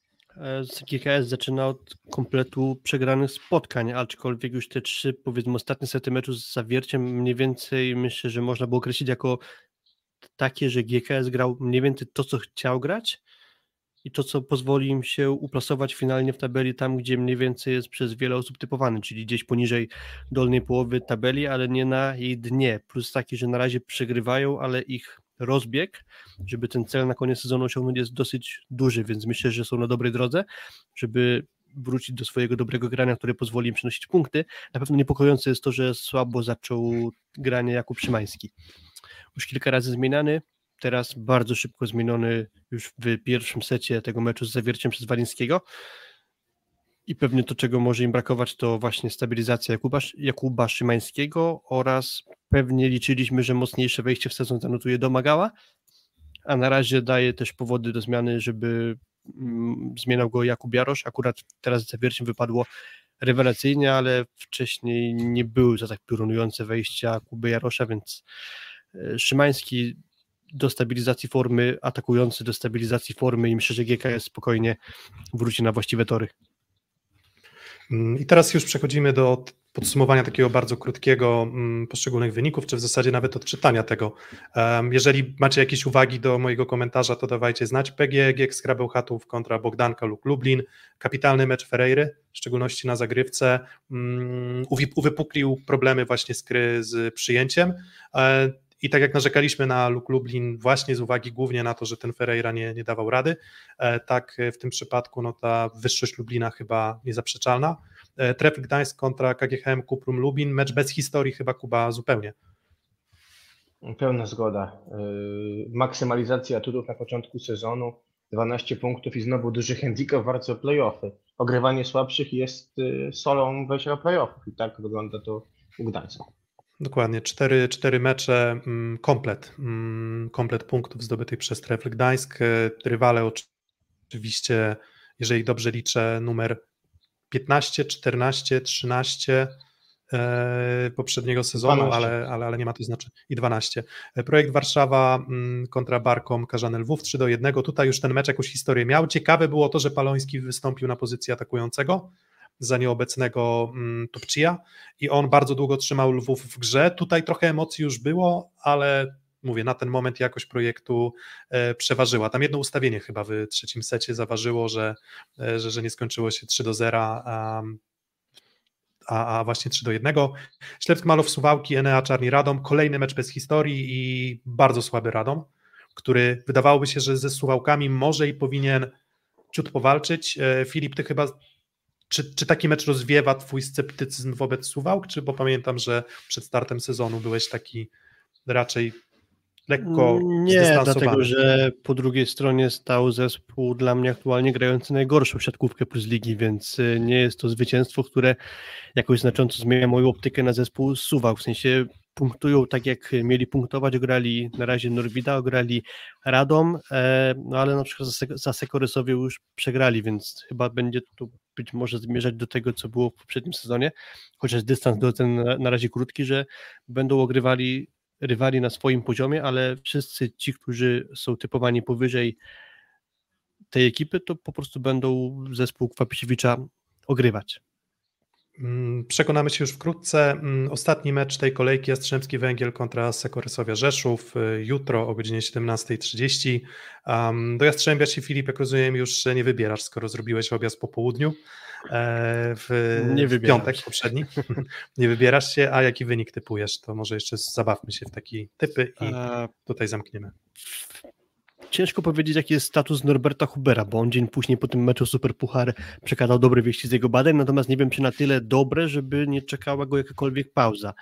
D: G K S zaczyna od kompletu przegranych spotkań, aczkolwiek już te trzy, powiedzmy, ostatnie sety meczu z Zawierciem mniej więcej myślę, że można było określić jako takie, że G K S grał mniej więcej to, co chciał grać i to, co pozwoli im się uplasować finalnie w tabeli tam, gdzie mniej więcej jest przez wiele osób typowany, czyli gdzieś poniżej dolnej połowy tabeli, ale nie na jej dnie. Plus taki, że na razie przegrywają, ale ich rozbieg, żeby ten cel na koniec sezonu osiągnąć, jest dosyć duży, więc myślę, że są na dobrej drodze, żeby wrócić do swojego dobrego grania, które pozwoli im przynosić punkty. Na pewno niepokojące jest to, że słabo zaczął granie Jakub Szymański. Już kilka razy zmieniany, teraz bardzo szybko zmieniony już w pierwszym secie tego meczu z Zawierciem przez Walińskiego i pewnie to, czego może im brakować, to właśnie stabilizacja Jakuba, Jakuba Szymańskiego oraz pewnie liczyliśmy, że mocniejsze wejście w sezon zanotuje Domagała, a na razie daje też powody do zmiany, żeby mm, zmieniał go Jakub Jarosz. Akurat teraz z Zawierciem wypadło rewelacyjnie, ale wcześniej nie były za tak piorunujące wejścia Kuby Jarosza, więc Szymański do stabilizacji formy, atakujący do stabilizacji formy i myślę, że G K S spokojnie wróci na właściwe tory.
C: I teraz już przechodzimy do podsumowania takiego bardzo krótkiego m, poszczególnych wyników, czy w zasadzie nawet odczytania tego. Um, jeżeli macie jakieś uwagi do mojego komentarza, to dawajcie znać. P G G z Krabełchatów kontra Bogdanka lub Lublin. Kapitalny mecz Ferreiry, w szczególności na zagrywce. Um, uwypuklił problemy właśnie Skry z przyjęciem. E, I tak jak narzekaliśmy na Luk Lublin właśnie z uwagi głównie na to, że ten Ferreira nie, nie dawał rady, e, tak w tym przypadku no, ta wyższość Lublina chyba niezaprzeczalna. E, Trefl Gdańsk kontra K G H M Kuprum Lubin, mecz bez historii chyba, Kuba, zupełnie.
E: Pełna zgoda. Yy, maksymalizacja atutów na początku sezonu, dwanaście punktów i znowu duży handicap w walce o play-offy. Ogrywanie słabszych jest yy, solą wejścia do play-offów i tak wygląda to u Gdańska.
C: Dokładnie, cztery, cztery mecze, komplet, komplet punktów zdobytych przez Trefl Gdańsk. Rywale oczywiście, jeżeli dobrze liczę, numer piętnaście, czternaście, trzynaście poprzedniego sezonu, ale, ale, ale nie ma to znaczenia, i dwanaście. Projekt Warszawa kontra Barkom Karzan Lwów trzy do jednego. Tutaj już ten mecz jakąś historię miał. Ciekawe było to, że Paloński wystąpił na pozycji atakującego za nieobecnego Topcia i on bardzo długo trzymał Lwów w grze. Tutaj trochę emocji już było, ale mówię, na ten moment jakość projektu e, przeważyła. Tam jedno ustawienie chyba w trzecim secie zaważyło, że, e, że, że nie skończyło się trzy do zera, a, a, a właśnie trzy do jednego. Ślepsk Malow Suwałki, Enea Czarni Radom, kolejny mecz bez historii i bardzo słaby Radom, który wydawałoby się, że ze Suwałkami może i powinien ciut powalczyć. E, Filip, ty chyba Czy, czy taki mecz rozwiewa twój sceptycyzm wobec Suwałk, czy bo pamiętam, że przed startem sezonu byłeś taki raczej lekko
D: Nie,
C: zdystansowany.
D: dlatego że po drugiej stronie stał zespół dla mnie aktualnie grający najgorszą siatkówkę plus ligi, więc nie jest to zwycięstwo, które jakoś znacząco zmienia moją optykę na zespół Suwałk, w sensie punktują tak jak mieli punktować, ograli na razie Norwida, ograli Radom, no ale na przykład za Sekorysowie już przegrali, więc chyba będzie to być może zmierzać do tego, co było w poprzednim sezonie, chociaż dystans do ten na razie krótki, że będą ogrywali rywali na swoim poziomie, ale wszyscy ci, którzy są typowani powyżej tej ekipy, to po prostu będą zespół Kwapisiewicza ogrywać.
C: Przekonamy się już wkrótce. Ostatni mecz tej kolejki, Jastrzębski Węgiel kontra Sekorysowia Rzeszów, jutro o godzinie siedemnasta trzydzieści. Do Jastrzębia się, Filip, jak rozumiem, już nie wybierasz, skoro zrobiłeś objazd po południu w,
D: nie
C: w piątek się. poprzedni. Nie wybierasz się, a jaki wynik typujesz? To może jeszcze zabawmy się w takie typy i a... tutaj zamkniemy.
D: Ciężko powiedzieć, jaki jest status Norberta Hubera, bo on dzień później po tym meczu Superpuchar przekazał dobre wieści z jego badań, natomiast nie wiem, czy na tyle dobre, żeby nie czekała go jakakolwiek pauza.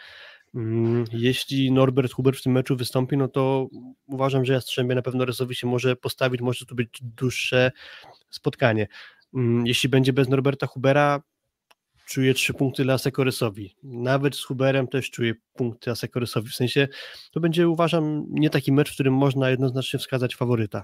D: Jeśli Norbert Huber w tym meczu wystąpi, no to uważam, że Jastrzębie na pewno rysowi się może postawić, może to być dłuższe spotkanie. Jeśli będzie bez Norberta Hubera, czuję trzy punkty dla Sekorysowi. Nawet z Huberem też czuję punkty dla Sekorysowi. W sensie to będzie, uważam, nie taki mecz, w którym można jednoznacznie wskazać faworyta.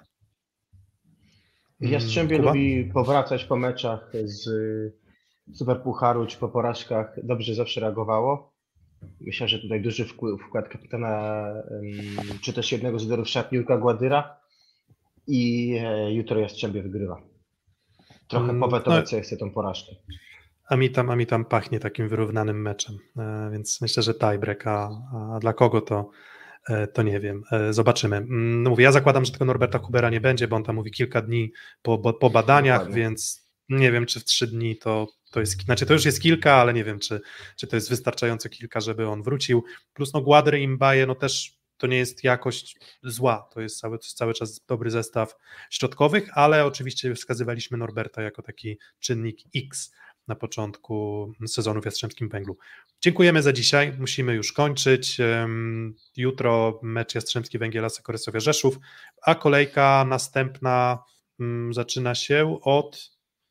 E: Jastrzębie
C: Kuba?
E: lubi powracać po meczach z Superpucharu czy po porażkach. Dobrze zawsze reagowało. Myślę, że tutaj duży wkład kapitana, czy też jednego z liderów szatni, Jurka Gładyra. I jutro Jastrzębie wygrywa. Trochę
C: Mm,
E: powetować
C: no.
E: sobie tą porażkę.
C: A mi tam, a mi tam pachnie takim wyrównanym meczem, e, więc myślę, że tiebreak, a, a dla kogo to, e, to nie wiem, e, zobaczymy. No mówię, ja zakładam, że tego Norberta Hubera nie będzie, bo on tam mówi kilka dni po, bo, po badaniach, Dokładnie. Więc nie wiem, czy w trzy dni to, to jest, znaczy to już jest kilka, ale nie wiem, czy, czy to jest wystarczająco kilka, żeby on wrócił. Plus no Gładry i Mbaye, no też to nie jest jakość zła, to jest cały, to jest cały czas dobry zestaw środkowych, ale oczywiście wskazywaliśmy Norberta jako taki czynnik X na początku sezonu w Jastrzębskim Węglu. Dziękujemy za dzisiaj, musimy już kończyć. Jutro mecz Jastrzębski Węgiel Sekorysowia Rzeszów, a kolejka następna zaczyna się od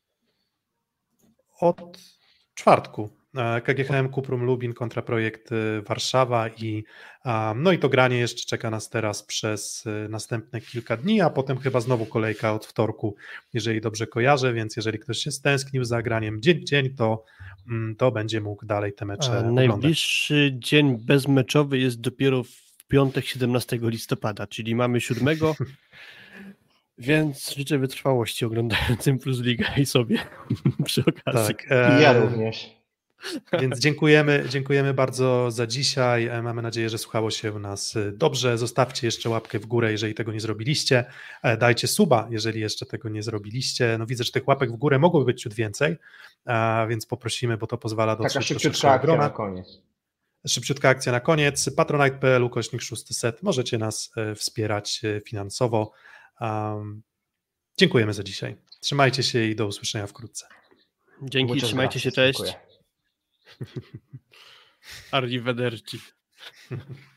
C: od czwartku. K G H M Kuprum Lubin kontra Projekt Warszawa i no i to granie jeszcze czeka nas teraz przez następne kilka dni, a potem chyba znowu kolejka od wtorku, jeżeli dobrze kojarzę, więc jeżeli ktoś się stęsknił za graniem dzień w dzień, to, to będzie mógł dalej te mecze a oglądać.
D: Najbliższy dzień bezmeczowy jest dopiero w piątek siedemnastego listopada, czyli mamy siódmego. Więc życzę wytrwałości oglądającym Plus Liga i sobie przy okazji.
E: Tak, e... I ja również.
C: Więc dziękujemy, dziękujemy bardzo za dzisiaj. Mamy nadzieję, że słuchało się nas dobrze. Zostawcie jeszcze łapkę w górę, jeżeli tego nie zrobiliście. Dajcie suba, jeżeli jeszcze tego nie zrobiliście. No widzę, że tych łapek w górę mogłoby być ciut więcej, więc poprosimy, bo to pozwala dotrzeć
E: Taka
C: do
E: szybciutka
C: szerszego
E: akcja
C: grona.
E: na koniec.
C: Szybciutka akcja na koniec. patronite kropka p l ukośnik szósty set. Możecie nas wspierać finansowo. Um, dziękujemy za dzisiaj. Trzymajcie się i do usłyszenia wkrótce.
D: Dzięki,
E: Muchas
D: trzymajcie się,
E: gracias.
D: cześć.
E: Dziękuję.
D: Arrivederci.